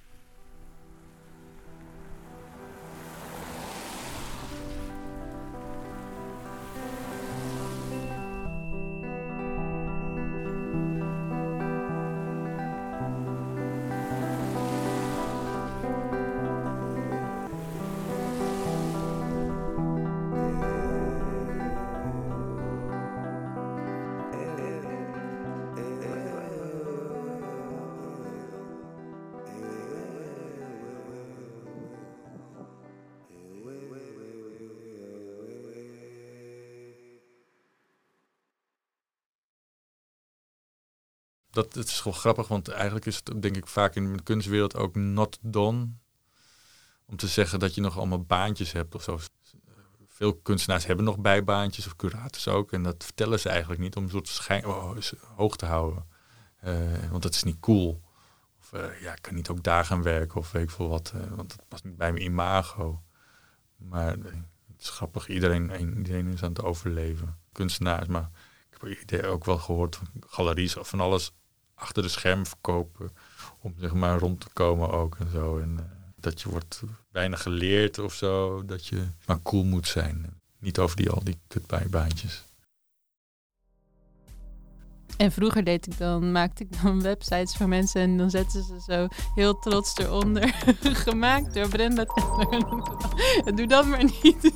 Het is gewoon grappig, want eigenlijk is het denk ik vaak in de kunstwereld ook not done. Om te zeggen dat je nog allemaal baantjes hebt of zo. Veel kunstenaars hebben nog bijbaantjes of curators ook. En dat vertellen ze eigenlijk niet om een soort hoog te houden. Want dat is niet cool. Of ik kan niet ook daar gaan werken of weet ik veel wat. Want dat past niet bij mijn imago. Maar het is grappig, iedereen is aan het overleven. Kunstenaars, maar ik heb idee ook wel gehoord van galeries of van alles achter de scherm verkopen. Om zeg maar rond te komen ook en zo. En dat je wordt bijna geleerd of zo. Dat je maar cool moet zijn. Niet over al die kutbijbaantjes. En vroeger maakte ik dan websites voor mensen en dan zetten ze zo heel trots eronder. Gemaakt door Brenda Teller. Doe dat maar niet.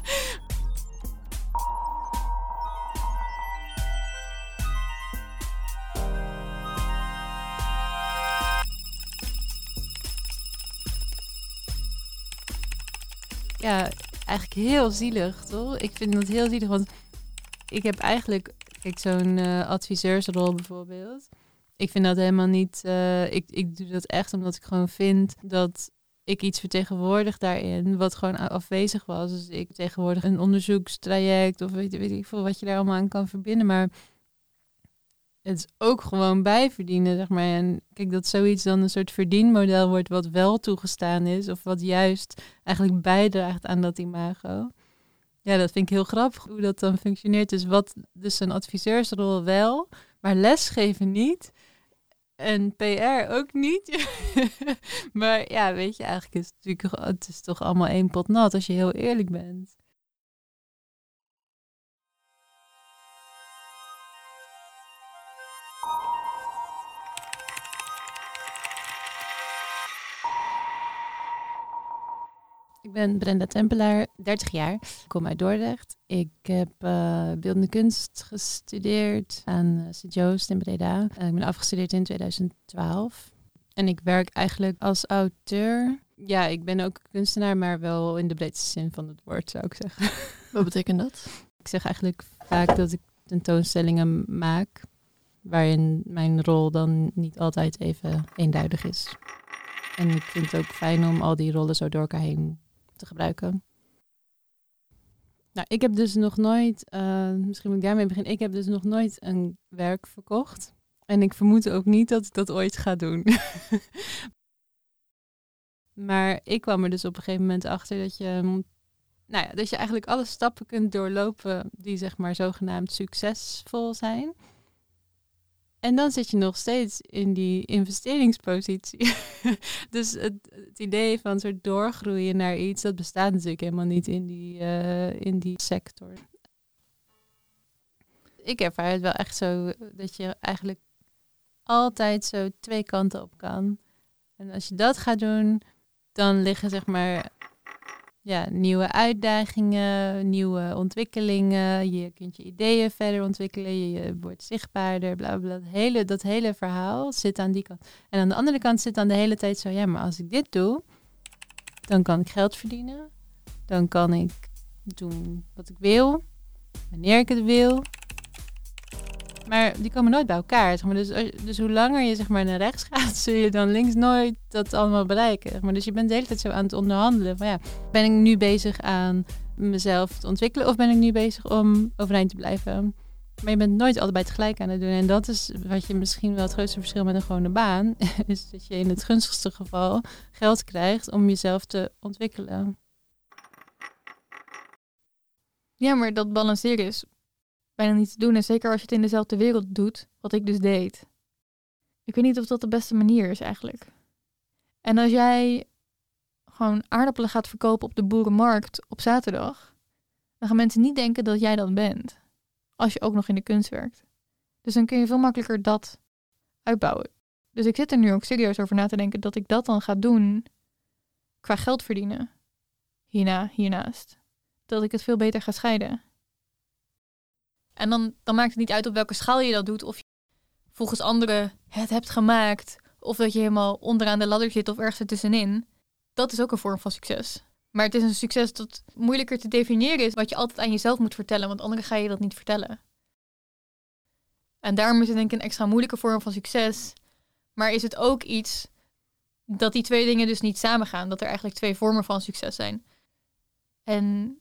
Ja, eigenlijk heel zielig, toch? Ik vind dat heel zielig, want ik heb eigenlijk... Kijk, zo'n adviseursrol bijvoorbeeld. Ik vind dat helemaal niet... Ik doe dat echt omdat ik gewoon vind dat ik iets vertegenwoordig daarin wat gewoon afwezig was. Dus ik vertegenwoordig een onderzoekstraject of weet ik veel wat je daar allemaal aan kan verbinden. Maar het is ook gewoon bijverdienen, zeg maar. En kijk, dat zoiets dan een soort verdienmodel wordt wat wel toegestaan is of wat juist eigenlijk bijdraagt aan dat imago. Ja, dat vind ik heel grappig hoe dat dan functioneert. Dus een adviseursrol wel, maar lesgeven niet. En PR ook niet. Maar ja, weet je, eigenlijk is het is toch allemaal één pot nat als je heel eerlijk bent. Ik ben Brenda Tempelaar, 30 jaar. Ik kom uit Dordrecht. Ik heb beeldende kunst gestudeerd aan St. Joost in Breda. Ik ben afgestudeerd in 2012. En ik werk eigenlijk als auteur. Ja, ik ben ook kunstenaar, maar wel in de breedste zin van het woord, zou ik zeggen. Wat betekent dat? Ik zeg eigenlijk vaak dat ik tentoonstellingen maak, waarin mijn rol dan niet altijd even eenduidig is. En ik vind het ook fijn om al die rollen zo door elkaar heen te gebruiken. Nou, ik heb dus nog nooit, misschien moet ik daarmee beginnen, ik heb dus nog nooit een werk verkocht. En ik vermoed ook niet dat ik dat ooit ga doen. Maar ik kwam er dus op een gegeven moment achter dat je eigenlijk alle stappen kunt doorlopen die zeg maar zogenaamd succesvol zijn. En dan zit je nog steeds in die investeringspositie. Dus het idee van soort doorgroeien naar iets, dat bestaat natuurlijk helemaal niet in die sector. Ik ervaar het wel echt zo dat je eigenlijk altijd zo twee kanten op kan. En als je dat gaat doen, dan liggen zeg maar nieuwe uitdagingen, nieuwe ontwikkelingen. Je kunt je ideeën verder ontwikkelen. Je wordt zichtbaarder, bla bla. Dat hele verhaal zit aan die kant. En aan de andere kant zit dan de hele tijd zo, ja, maar als ik dit doe, dan kan ik geld verdienen. Dan kan ik doen wat ik wil, wanneer ik het wil. Maar die komen nooit bij elkaar. Zeg maar. Dus hoe langer je zeg maar naar rechts gaat, zul je dan links nooit dat allemaal bereiken. Zeg maar. Dus je bent de hele tijd zo aan het onderhandelen. Van, ben ik nu bezig aan mezelf te ontwikkelen of ben ik nu bezig om overeind te blijven? Maar je bent nooit allebei tegelijk aan het doen. En dat is wat je misschien wel het grootste verschil met een gewone baan. Is dat je in het gunstigste geval geld krijgt om jezelf te ontwikkelen. Ja, maar dat balanceren is bijna niet te doen. En zeker als je het in dezelfde wereld doet, wat ik dus deed. Ik weet niet of dat de beste manier is eigenlijk. En als jij gewoon aardappelen gaat verkopen op de boerenmarkt op zaterdag, dan gaan mensen niet denken dat jij dat bent. Als je ook nog in de kunst werkt. Dus dan kun je veel makkelijker dat uitbouwen. Dus ik zit er nu ook serieus over na te denken dat ik dat dan ga doen qua geld verdienen. Hiernaast. Dat ik het veel beter ga scheiden. En dan maakt het niet uit op welke schaal je dat doet. Of je volgens anderen het hebt gemaakt. Of dat je helemaal onderaan de ladder zit of ergens ertussenin. Dat is ook een vorm van succes. Maar het is een succes dat moeilijker te definiëren is. Wat je altijd aan jezelf moet vertellen. Want anderen ga je dat niet vertellen. En daarom is het denk ik een extra moeilijke vorm van succes. Maar is het ook iets dat die twee dingen dus niet samengaan. Dat er eigenlijk twee vormen van succes zijn. En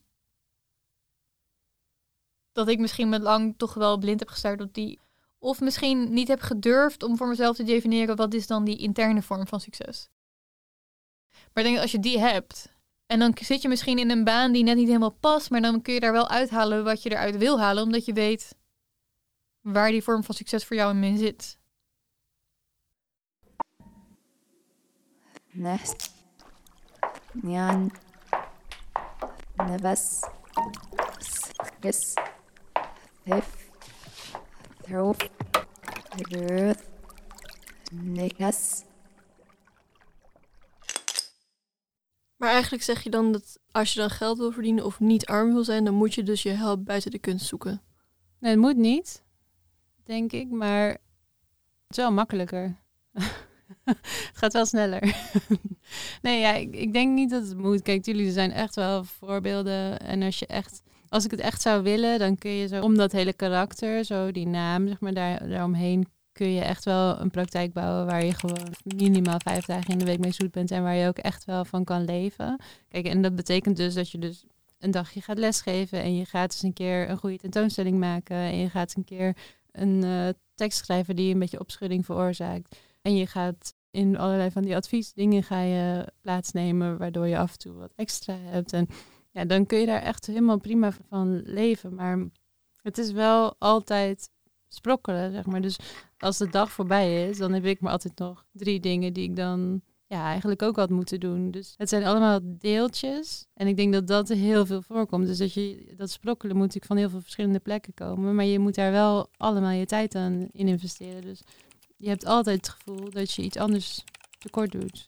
dat ik misschien met lang toch wel blind heb gestaard op die. Of misschien niet heb gedurfd om voor mezelf te definiëren wat is dan die interne vorm van succes. Maar ik denk dat als je die hebt. En dan zit je misschien in een baan die net niet helemaal past. Maar dan kun je daar wel uithalen wat je eruit wil halen. Omdat je weet waar die vorm van succes voor jou in zit. Nest. Nyan. Nevas. Skis. Thif. Throf. Earth. Nikas. Maar eigenlijk zeg je dan dat als je dan geld wil verdienen of niet arm wil zijn, dan moet je dus je hulp buiten de kunst zoeken. Nee, het moet niet, denk ik, maar het is wel makkelijker. Het gaat wel sneller. Nee, ja, ik denk niet dat het moet. Kijk, jullie zijn echt wel voorbeelden. En als ik het echt zou willen, dan kun je zo om dat hele karakter, zo die naam, zeg maar, daaromheen kun je echt wel een praktijk bouwen waar je gewoon minimaal 5 dagen in de week mee zoet bent en waar je ook echt wel van kan leven. Kijk, en dat betekent dus dat je dus een dagje gaat lesgeven en je gaat eens een keer een goede tentoonstelling maken en je gaat eens een keer een tekst schrijven die een beetje opschudding veroorzaakt. En je gaat in allerlei van die adviesdingen ga je plaatsnemen, waardoor je af en toe wat extra hebt. En ja, dan kun je daar echt helemaal prima van leven. Maar het is wel altijd sprokkelen, zeg maar. Dus als de dag voorbij is, dan heb ik maar altijd nog 3 dingen die ik dan eigenlijk ook had moeten doen. Dus het zijn allemaal deeltjes. En ik denk dat dat heel veel voorkomt. Dus dat sprokkelen moet natuurlijk van heel veel verschillende plekken komen. Maar je moet daar wel allemaal je tijd aan in investeren. Dus je hebt altijd het gevoel dat je iets anders tekort doet.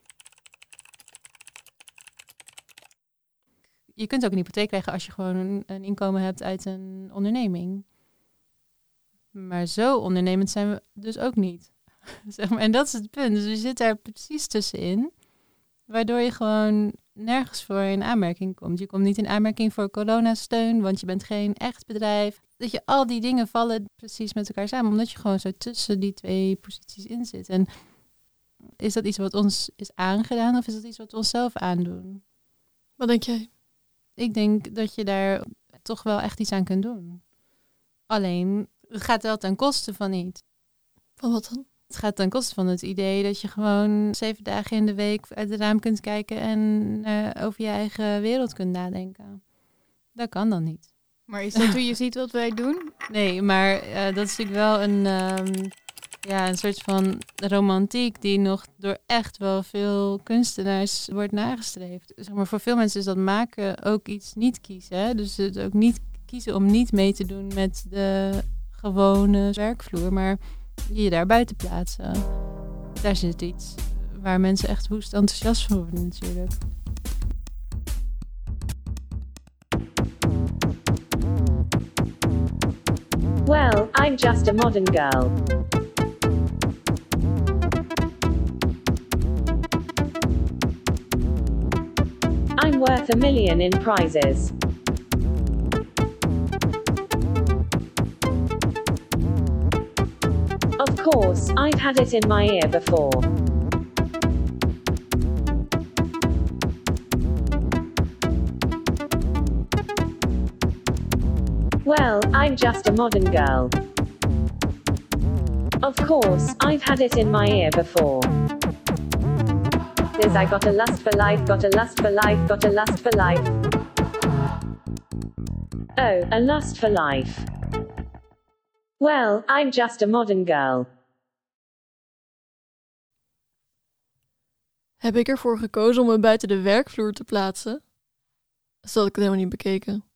Je kunt ook een hypotheek krijgen als je gewoon een inkomen hebt uit een onderneming. Maar zo ondernemend zijn we dus ook niet. Zeg maar. En dat is het punt. Dus je zit daar precies tussenin. Waardoor je gewoon nergens voor in aanmerking komt. Je komt niet in aanmerking voor coronasteun, want je bent geen echt bedrijf. Dat je al die dingen vallen precies met elkaar samen. Omdat je gewoon zo tussen die 2 posities in zit. En is dat iets wat ons is aangedaan of is dat iets wat we onszelf aandoen? Wat denk jij? Ik denk dat je daar toch wel echt iets aan kunt doen. Alleen, het gaat wel ten koste van iets. Van wat dan? Het gaat ten koste van het idee dat je gewoon 7 dagen in de week uit het raam kunt kijken en over je eigen wereld kunt nadenken. Dat kan dan niet. Maar is dat hoe je ziet wat wij doen? Nee, maar dat is natuurlijk wel een soort van romantiek die nog door echt wel veel kunstenaars wordt nagestreefd. Zeg maar, voor veel mensen is dat maken ook iets niet kiezen. Hè? Dus het ook niet kiezen om niet mee te doen met de gewone werkvloer, maar je daar buiten plaatsen. Daar zit iets waar mensen echt woest enthousiast van worden natuurlijk. Well, I'm just a modern girl. I'm worth $1 million in prizes. Of course, I've had it in my ear before. Well, I'm just a modern girl. Of course, I've had it in my ear before. There's I got a lust for life, got a lust for life, got a lust for life. Oh, a lust for life. Well, I'm just a modern girl. Heb ik ervoor gekozen om me buiten de werkvloer te plaatsen? Dus had ik het helemaal niet bekeken.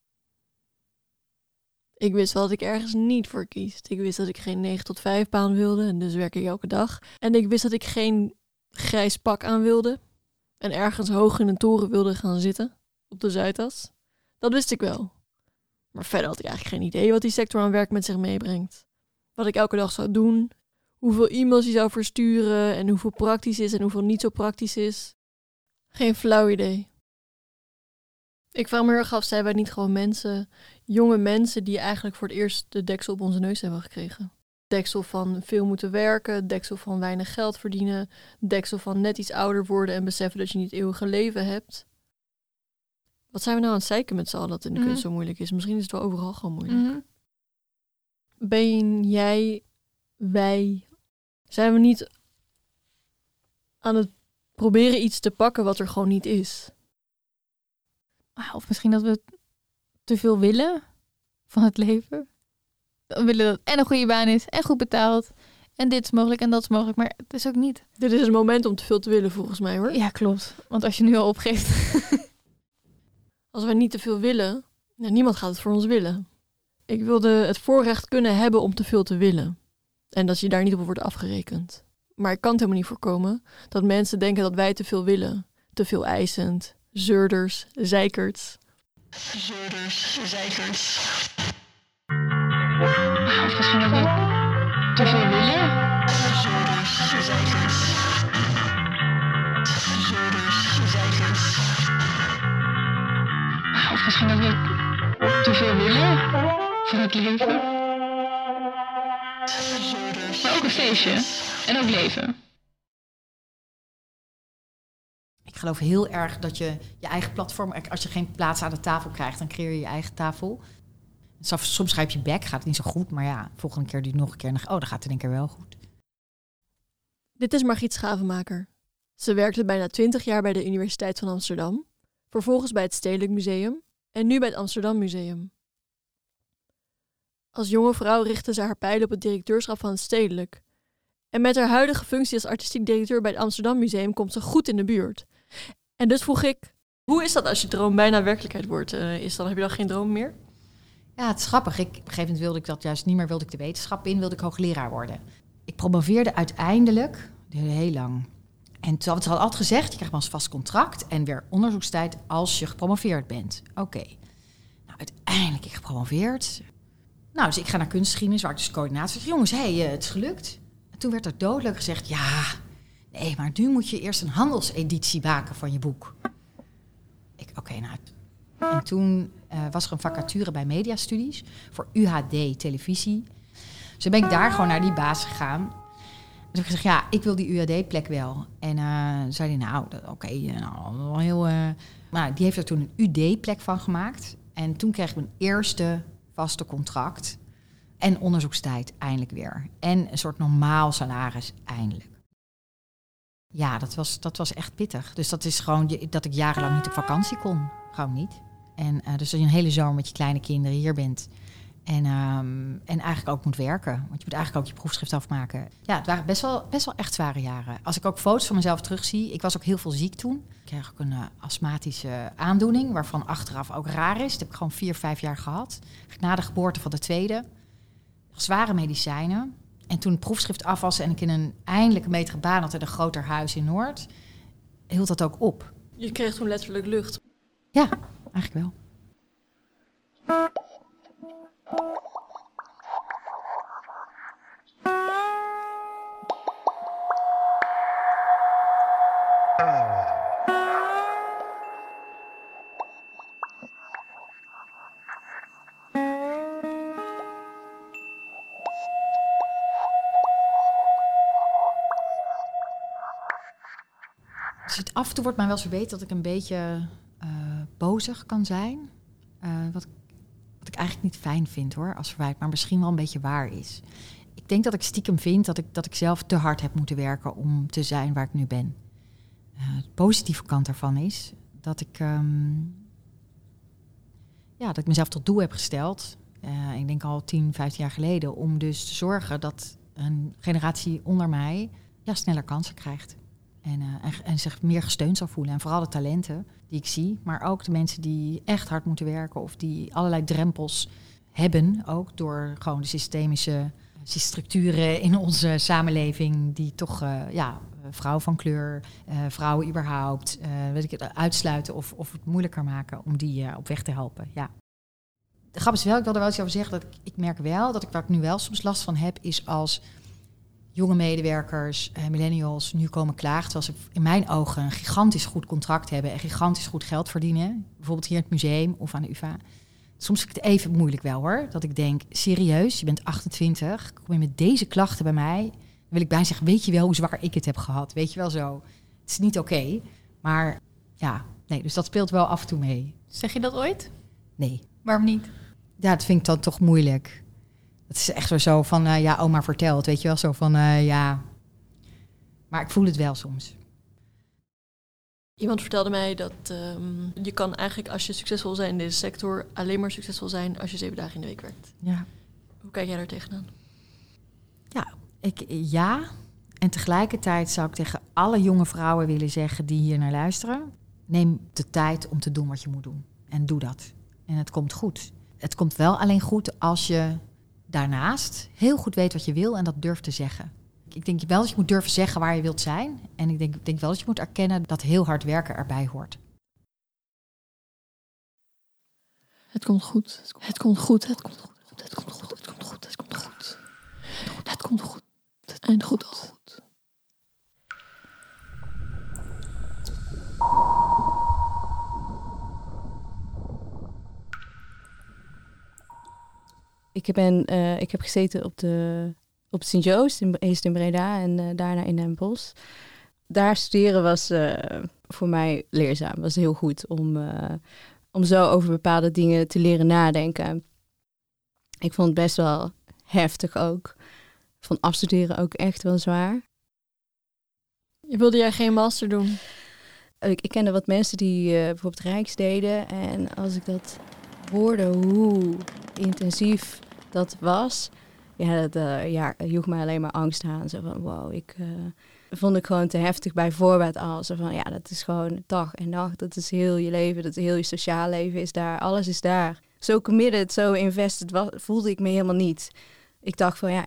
Ik wist wel dat ik ergens niet voor kies. Ik wist dat ik geen 9 tot 5 baan wilde en dus werk ik elke dag. En ik wist dat ik geen grijs pak aan wilde en ergens hoog in een toren wilde gaan zitten op de Zuidas. Dat wist ik wel. Maar verder had ik eigenlijk geen idee wat die sector aan werk met zich meebrengt. Wat ik elke dag zou doen, hoeveel e-mails je zou versturen en hoeveel praktisch is en hoeveel niet zo praktisch is. Geen flauw idee. Ik vraag me heel erg af, zijn wij niet gewoon mensen, jonge mensen die eigenlijk voor het eerst de deksel op onze neus hebben gekregen? Deksel van veel moeten werken, deksel van weinig geld verdienen, deksel van net iets ouder worden en beseffen dat je niet het eeuwige leven hebt. Wat zijn we nou aan het zeiken met z'n allen dat in de kunst zo moeilijk is? Misschien is het wel overal gewoon moeilijk. Ben jij, wij, zijn we niet aan het proberen iets te pakken wat er gewoon niet is? Of misschien dat we te veel willen van het leven. We willen dat en een goede baan is en goed betaald. En dit is mogelijk en dat is mogelijk, maar het is ook niet. Dit is een moment om te veel te willen volgens mij, hoor. Ja, klopt. Want als je nu al opgeeft. Als wij niet te veel willen, niemand gaat het voor ons willen. Ik wilde het voorrecht kunnen hebben om te veel te willen. En dat je daar niet op wordt afgerekend. Maar ik kan het helemaal niet voorkomen dat mensen denken dat wij te veel willen. Te veel eisend. Zeurders, zeikerts. Zeurders, zeikerts. Of misschien dat we te veel willen. Zeurders, zeikerts. Zeurders, zeikerts. Of misschien dat we te veel willen van het leven. Maar ook een feestje. En ook leven. Ik geloof heel erg dat je je eigen platform... Als je geen plaats aan de tafel krijgt, dan creëer je je eigen tafel. Soms schrijf je back, gaat het niet zo goed. Maar ja, volgende keer doe je nog een keer. En dan gaat het in één keer wel goed. Dit is Margriet Schavenmaker. Ze werkte bijna 20 jaar bij de Universiteit van Amsterdam. Vervolgens bij het Stedelijk Museum. En nu bij het Amsterdam Museum. Als jonge vrouw richtte ze haar pijlen op het directeurschap van het Stedelijk. En met haar huidige functie als artistiek directeur bij het Amsterdam Museum komt ze goed in de buurt. En dus vroeg ik, hoe is dat als je droom bijna werkelijkheid wordt? Heb je dan geen droom meer? Ja, het is grappig. Op een gegeven moment wilde ik dat juist niet meer, wilde ik de wetenschap in, wilde ik hoogleraar worden. Ik promoveerde uiteindelijk, heel lang. En toen had ze altijd gezegd, je krijgt maar een vast contract en weer onderzoekstijd als je gepromoveerd bent. Oké. Nou, uiteindelijk ik gepromoveerd. Nou, dus ik ga naar kunstgeschiedenis, waar ik dus coördinatie zeg. Jongens, het is gelukt. En toen werd er doodleuk gezegd, nee, maar nu moet je eerst een handelseditie maken van je boek. En toen was er een vacature bij Mediastudies voor UHD televisie. Dus toen ben ik daar gewoon naar die baas gegaan. Dus ik gezegd, ik wil die UHD-plek wel. En zei hij, die heeft er toen een UD-plek van gemaakt. En toen kreeg ik mijn eerste vaste contract. En onderzoekstijd eindelijk weer. En een soort normaal salaris eindelijk. Ja, dat was echt pittig. Dus dat is gewoon dat ik jarenlang niet op vakantie kon. Gewoon niet. En dus dat je een hele zomer met je kleine kinderen hier bent. En eigenlijk ook moet werken. Want je moet eigenlijk ook je proefschrift afmaken. Ja, het waren best wel echt zware jaren. Als ik ook foto's van mezelf terugzie. Ik was ook heel veel ziek toen. Ik kreeg ook een astmatische aandoening. Waarvan achteraf ook raar is. Dat heb ik gewoon 4-5 jaar gehad. Na de geboorte van de tweede. Zware medicijnen. En toen het proefschrift af was en ik eindelijk een betere baan had in een groter huis in Noord, hield dat ook op. Je kreeg toen letterlijk lucht. Ja, eigenlijk wel. Dus af en toe wordt mij wel eens verbeterd dat ik een beetje bozig kan zijn. Wat ik eigenlijk niet fijn vind hoor, als verwijt, maar misschien wel een beetje waar is. Ik denk dat ik stiekem vind dat ik zelf te hard heb moeten werken om te zijn waar ik nu ben. De positieve kant daarvan is dat ik dat ik mezelf tot doel heb gesteld. Ik denk al 10, 15 jaar geleden. Om dus te zorgen dat een generatie onder mij sneller kansen krijgt. En zich meer gesteund zal voelen. En vooral de talenten die ik zie. Maar ook de mensen die echt hard moeten werken. Of die allerlei drempels hebben. Ook door gewoon de systemische structuren in onze samenleving. Die toch vrouwen van kleur, vrouwen überhaupt, uitsluiten of het moeilijker maken om die op weg te helpen. Ja. De grap is wel, ik wil er wel iets over zeggen, dat ik merk wel dat waar ik nu wel soms last van heb, is als jonge medewerkers, millennials, nu komen klagen, terwijl ze in mijn ogen een gigantisch goed contract hebben en gigantisch goed geld verdienen. Bijvoorbeeld hier in het museum of aan de UvA. Soms vind ik het even moeilijk wel hoor. Dat ik denk, serieus, je bent 28, kom je met deze klachten bij mij? Dan wil ik bijna zeggen, weet je wel hoe zwaar ik het heb gehad? Weet je wel zo. Het is niet oké. Maar nee, dus dat speelt wel af en toe mee. Zeg je dat ooit? Nee. Waarom niet? Ja, dat vind ik dan toch moeilijk. Het is echt zo van, oma vertelt, weet je wel. Zo van, Maar ik voel het wel soms. Iemand vertelde mij dat je kan eigenlijk, als je succesvol zijn in deze sector, alleen maar succesvol zijn als je 7 dagen in de week werkt. Ja. Hoe kijk jij daar tegenaan? Ja. En tegelijkertijd zou ik tegen alle jonge vrouwen willen zeggen die hier naar luisteren. Neem de tijd om te doen wat je moet doen. En doe dat. En het komt goed. Het komt wel alleen goed als je daarnaast heel goed weet wat je wil en dat durft te zeggen. Ik denk wel dat je moet durven zeggen waar je wilt zijn. En ik denk wel dat je moet erkennen dat heel hard werken erbij hoort. Het komt goed. Het komt goed. Het komt goed. Het komt goed. Het komt goed. Het komt goed. Het komt goed. Het eind goed al goed. Ik heb gezeten op het Sint-Joost, eerst in Breda en daarna in Den Bosch. Daar studeren was voor mij leerzaam. Was heel goed om zo over bepaalde dingen te leren nadenken. Ik vond het best wel heftig ook. Ik vond afstuderen ook echt wel zwaar. Wilde jij geen master doen? Ik kende wat mensen die bijvoorbeeld Rijks deden. En als ik dat hoorde, hoe intensief dat was, dat joeg mij alleen maar angst aan. Zo van, wow, vond ik gewoon te heftig bij voorbaat al. Zo van, dat is gewoon dag en nacht. Dat is heel je leven, dat is heel je sociaal leven is daar. Alles is daar. Zo committed, zo invested voelde ik me helemaal niet. Ik dacht van,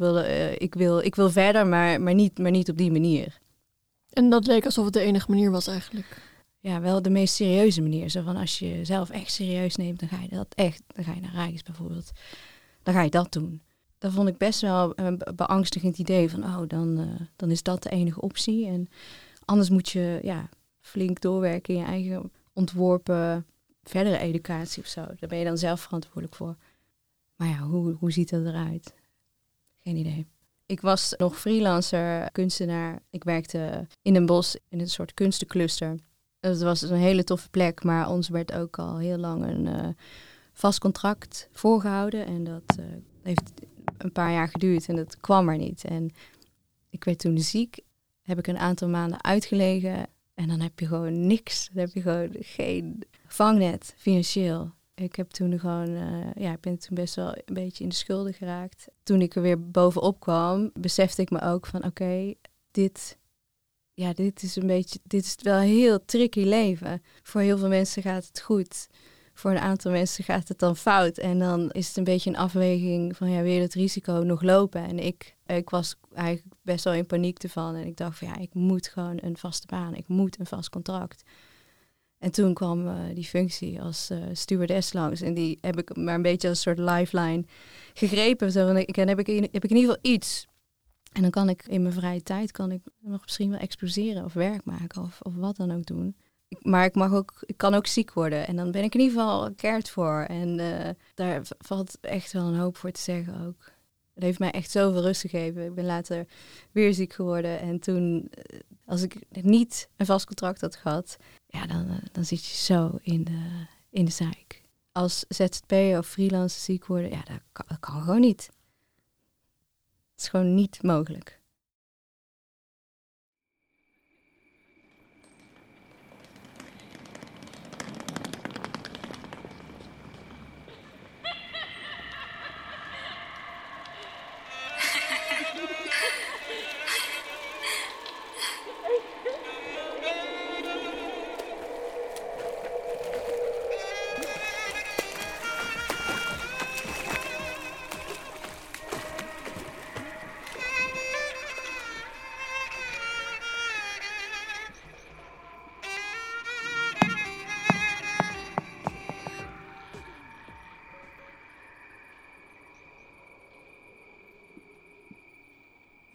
ik wil verder, maar niet op die manier. En dat leek alsof het de enige manier was eigenlijk. Ja, wel de meest serieuze manier. Zo van, als je jezelf echt serieus neemt, dan ga je dat echt. Dan ga je naar Rijks bijvoorbeeld. Dan ga je dat doen. Dat vond ik best wel een beangstigend idee van, dan is dat de enige optie. En anders moet je flink doorwerken in je eigen ontworpen verdere educatie of zo. Daar ben je dan zelf verantwoordelijk voor. Maar hoe ziet dat eruit? Geen idee. Ik was nog freelancer, kunstenaar. Ik werkte in Den Bosch in een soort kunstencluster. Het was een hele toffe plek, maar ons werd ook al heel lang een vast contract voorgehouden. En dat heeft een paar jaar geduurd en dat kwam er niet. En ik werd toen ziek, heb ik een aantal maanden uitgelegen en dan heb je gewoon niks. Dan heb je gewoon geen vangnet financieel. Ik heb toen gewoon, ik ben toen best wel een beetje in de schulden geraakt. Toen ik er weer bovenop kwam, besefte ik me ook van oké, dit is wel een heel tricky leven. Voor heel veel mensen gaat het goed. Voor een aantal mensen gaat het dan fout. En dan is het een beetje een afweging van wil je het risico nog lopen? En ik was eigenlijk best wel in paniek ervan. En ik dacht van ik moet gewoon een vaste baan. Ik moet een vast contract. En toen kwam die functie als stewardess langs. En die heb ik maar een beetje als een soort lifeline gegrepen. Zo, en heb ik in ieder geval iets. En dan kan ik in mijn vrije tijd nog misschien wel exposeren of werk maken of wat dan ook doen. Maar ik kan ook ziek worden. En dan ben ik in ieder geval cared voor. En daar valt echt wel een hoop voor te zeggen ook. Het heeft mij echt zoveel rust gegeven. Ik ben later weer ziek geworden. En toen, als ik niet een vast contract had gehad, dan zit je zo in de zeik. Als ZZP'er of freelancer ziek worden, dat kan gewoon niet. Het is gewoon niet mogelijk.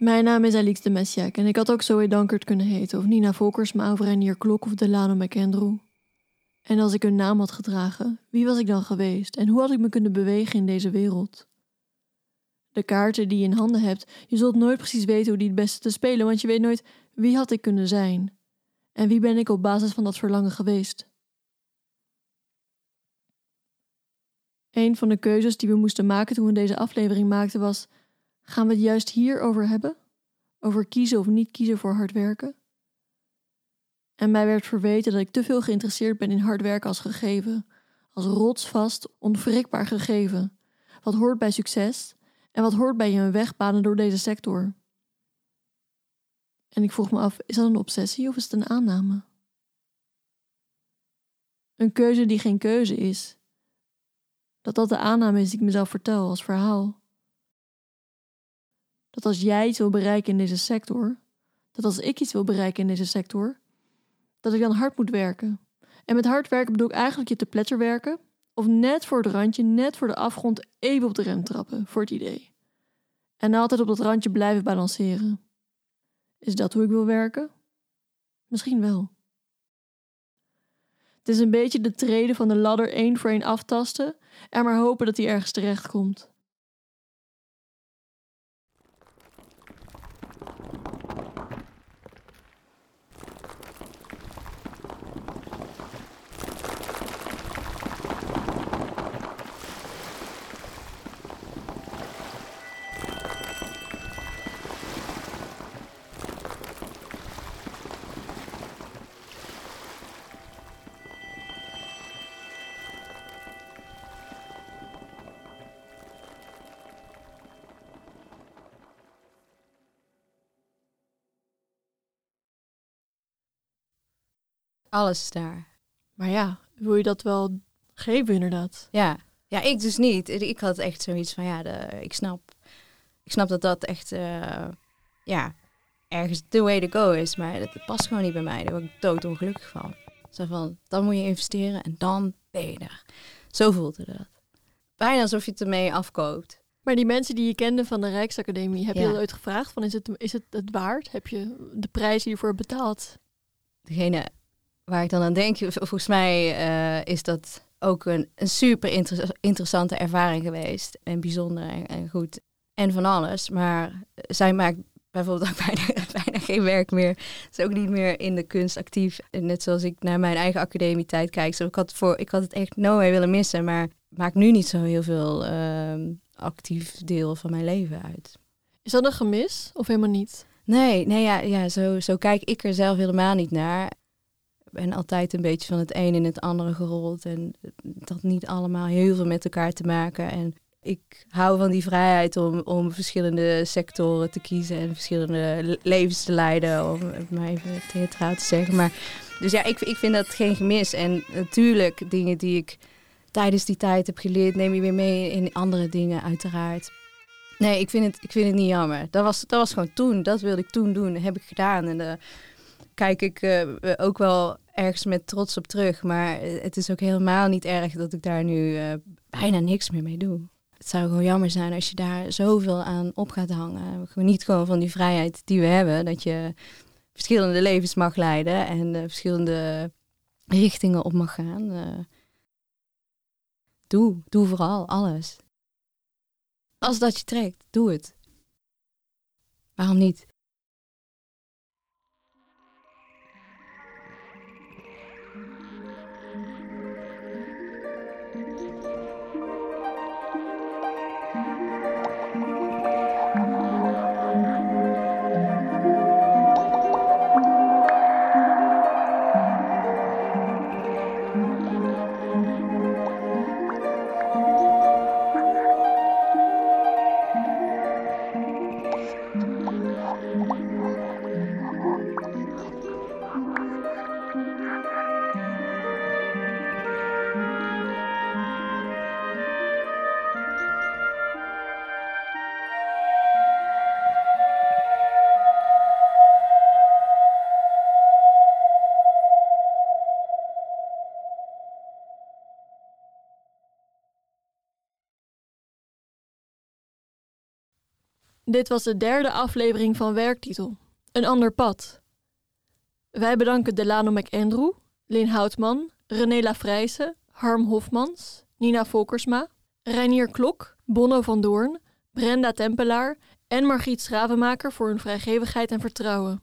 Mijn naam is Alix de Messiac en ik had ook Zoe Dankert kunnen heten, of Nina Volkersma of Reinier Klok of Delano McAndrew. En als ik hun naam had gedragen, wie was ik dan geweest en hoe had ik me kunnen bewegen in deze wereld? De kaarten die je in handen hebt, je zult nooit precies weten hoe die het beste te spelen, want je weet nooit wie had ik kunnen zijn. En wie ben ik op basis van dat verlangen geweest? Een van de keuzes die we moesten maken toen we deze aflevering maakten was: gaan we het juist hierover hebben? Over kiezen of niet kiezen voor hard werken? En mij werd verweten dat ik te veel geïnteresseerd ben in hard werken als gegeven. Als rotsvast, onwrikbaar gegeven. Wat hoort bij succes en wat hoort bij je een weg banen door deze sector. En ik vroeg me af, is dat een obsessie of is het een aanname? Een keuze die geen keuze is. Dat de aanname is die ik mezelf vertel als verhaal. Dat als jij iets wil bereiken in deze sector, dat als ik iets wil bereiken in deze sector, dat ik dan hard moet werken. En met hard werken bedoel ik eigenlijk je te pletter werken, of net voor het randje, net voor de afgrond even op de rem trappen, voor het idee. En altijd op dat randje blijven balanceren. Is dat hoe ik wil werken? Misschien wel. Het is een beetje de treden van de ladder 1 voor 1 aftasten en maar hopen dat hij ergens terecht komt. Alles is daar. Maar ja, wil je dat wel geven inderdaad? Ja, ik dus niet. Ik had echt zoiets van, ik snap dat dat echt, ergens the way to go is. Maar dat past gewoon niet bij mij. Daar word ik doodongelukkig van. Zo van, dan moet je investeren en dan ben je er. Zo voelde dat. Bijna alsof je het ermee afkoopt. Maar die mensen die je kende van de Rijksacademie, heb je dat ooit gevraagd? Van, is het waard? Heb je de prijs hiervoor betaald? Degene waar ik dan aan denk, volgens mij is dat ook een super interessante ervaring geweest. En bijzonder en goed. En van alles. Maar zij maakt bijvoorbeeld ook bijna geen werk meer. Ze is ook niet meer in de kunst actief. Net zoals ik naar mijn eigen academietijd kijk. Zo, ik had het echt no way willen missen. Maar maakt nu niet zo heel veel actief deel van mijn leven uit. Is dat een gemis of helemaal niet? Nee, zo kijk ik er zelf helemaal niet naar. Ik ben altijd een beetje van het een in het andere gerold. En dat niet allemaal heel veel met elkaar te maken. En ik hou van die vrijheid om verschillende sectoren te kiezen en verschillende levens te leiden, om het maar even theatraal te zeggen. Maar, dus ja, ik vind dat geen gemis. En natuurlijk, dingen die ik tijdens die tijd heb geleerd, neem je weer mee in andere dingen, uiteraard. Nee, ik vind het niet jammer. Dat was gewoon toen. Dat wilde ik toen doen. Dat heb ik gedaan. En daar kijk ik ook wel ergens met trots op terug. Maar het is ook helemaal niet erg dat ik daar nu bijna niks meer mee doe. Het zou gewoon jammer zijn als je daar zoveel aan op gaat hangen. Niet gewoon van die vrijheid die we hebben. Dat je verschillende levens mag leiden en verschillende richtingen op mag gaan. Doe vooral alles. Als dat je trekt, doe het. Waarom niet? Dit was de 3e aflevering van Werktitel. Een ander pad. Wij bedanken Delano McAndrew, Lynn Houtman, René Lafrijse, Harm Hofmans, Nina Volkersma, Reinier Klok, Bonno van Doorn, Brenda Tempelaar en Margriet Schravenmaker voor hun vrijgevigheid en vertrouwen.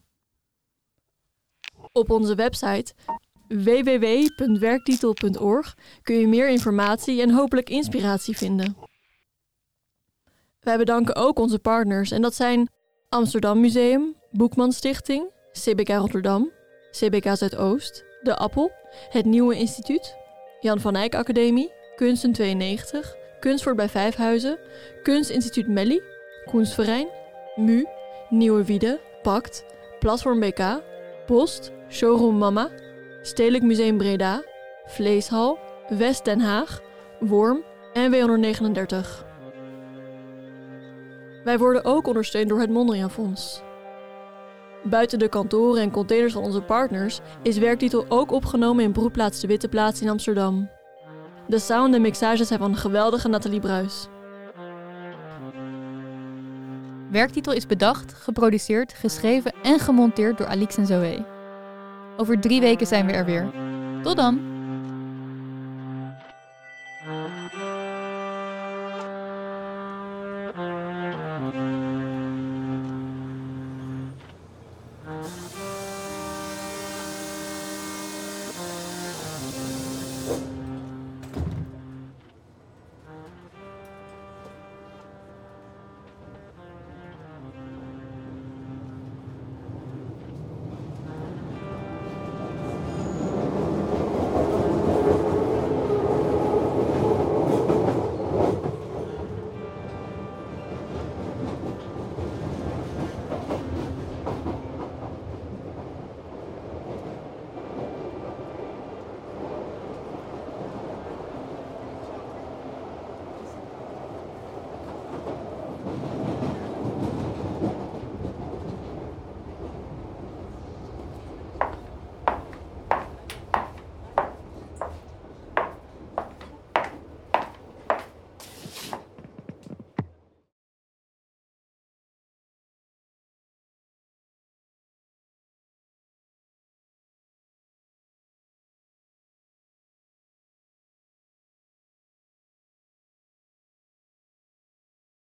Op onze website www.werktitel.org kun je meer informatie en hopelijk inspiratie vinden. Wij bedanken ook onze partners en dat zijn Amsterdam Museum, Boekman Stichting, CBK Rotterdam, CBK Zuidoost, De Appel, Het Nieuwe Instituut, Jan van Eyck Academie, Kunsten 92, Kunstvoort bij Vijfhuizen, Kunstinstituut Melli, Kunstverein, MU, Nieuwe Wiede, Pact, Platform BK, Post, Showroom Mama, Stedelijk Museum Breda, Vleeshal, West Den Haag, Worm en W139. Wij worden ook ondersteund door het Mondriaan Fonds. Buiten de kantoren en containers van onze partners is Werktitel ook opgenomen in Broedplaats de Witte Plaats in Amsterdam. De sound en mixages zijn van de geweldige Nathalie Bruis. Werktitel is bedacht, geproduceerd, geschreven en gemonteerd door Alix en Zoe. Over 3 weken zijn we er weer. Tot dan!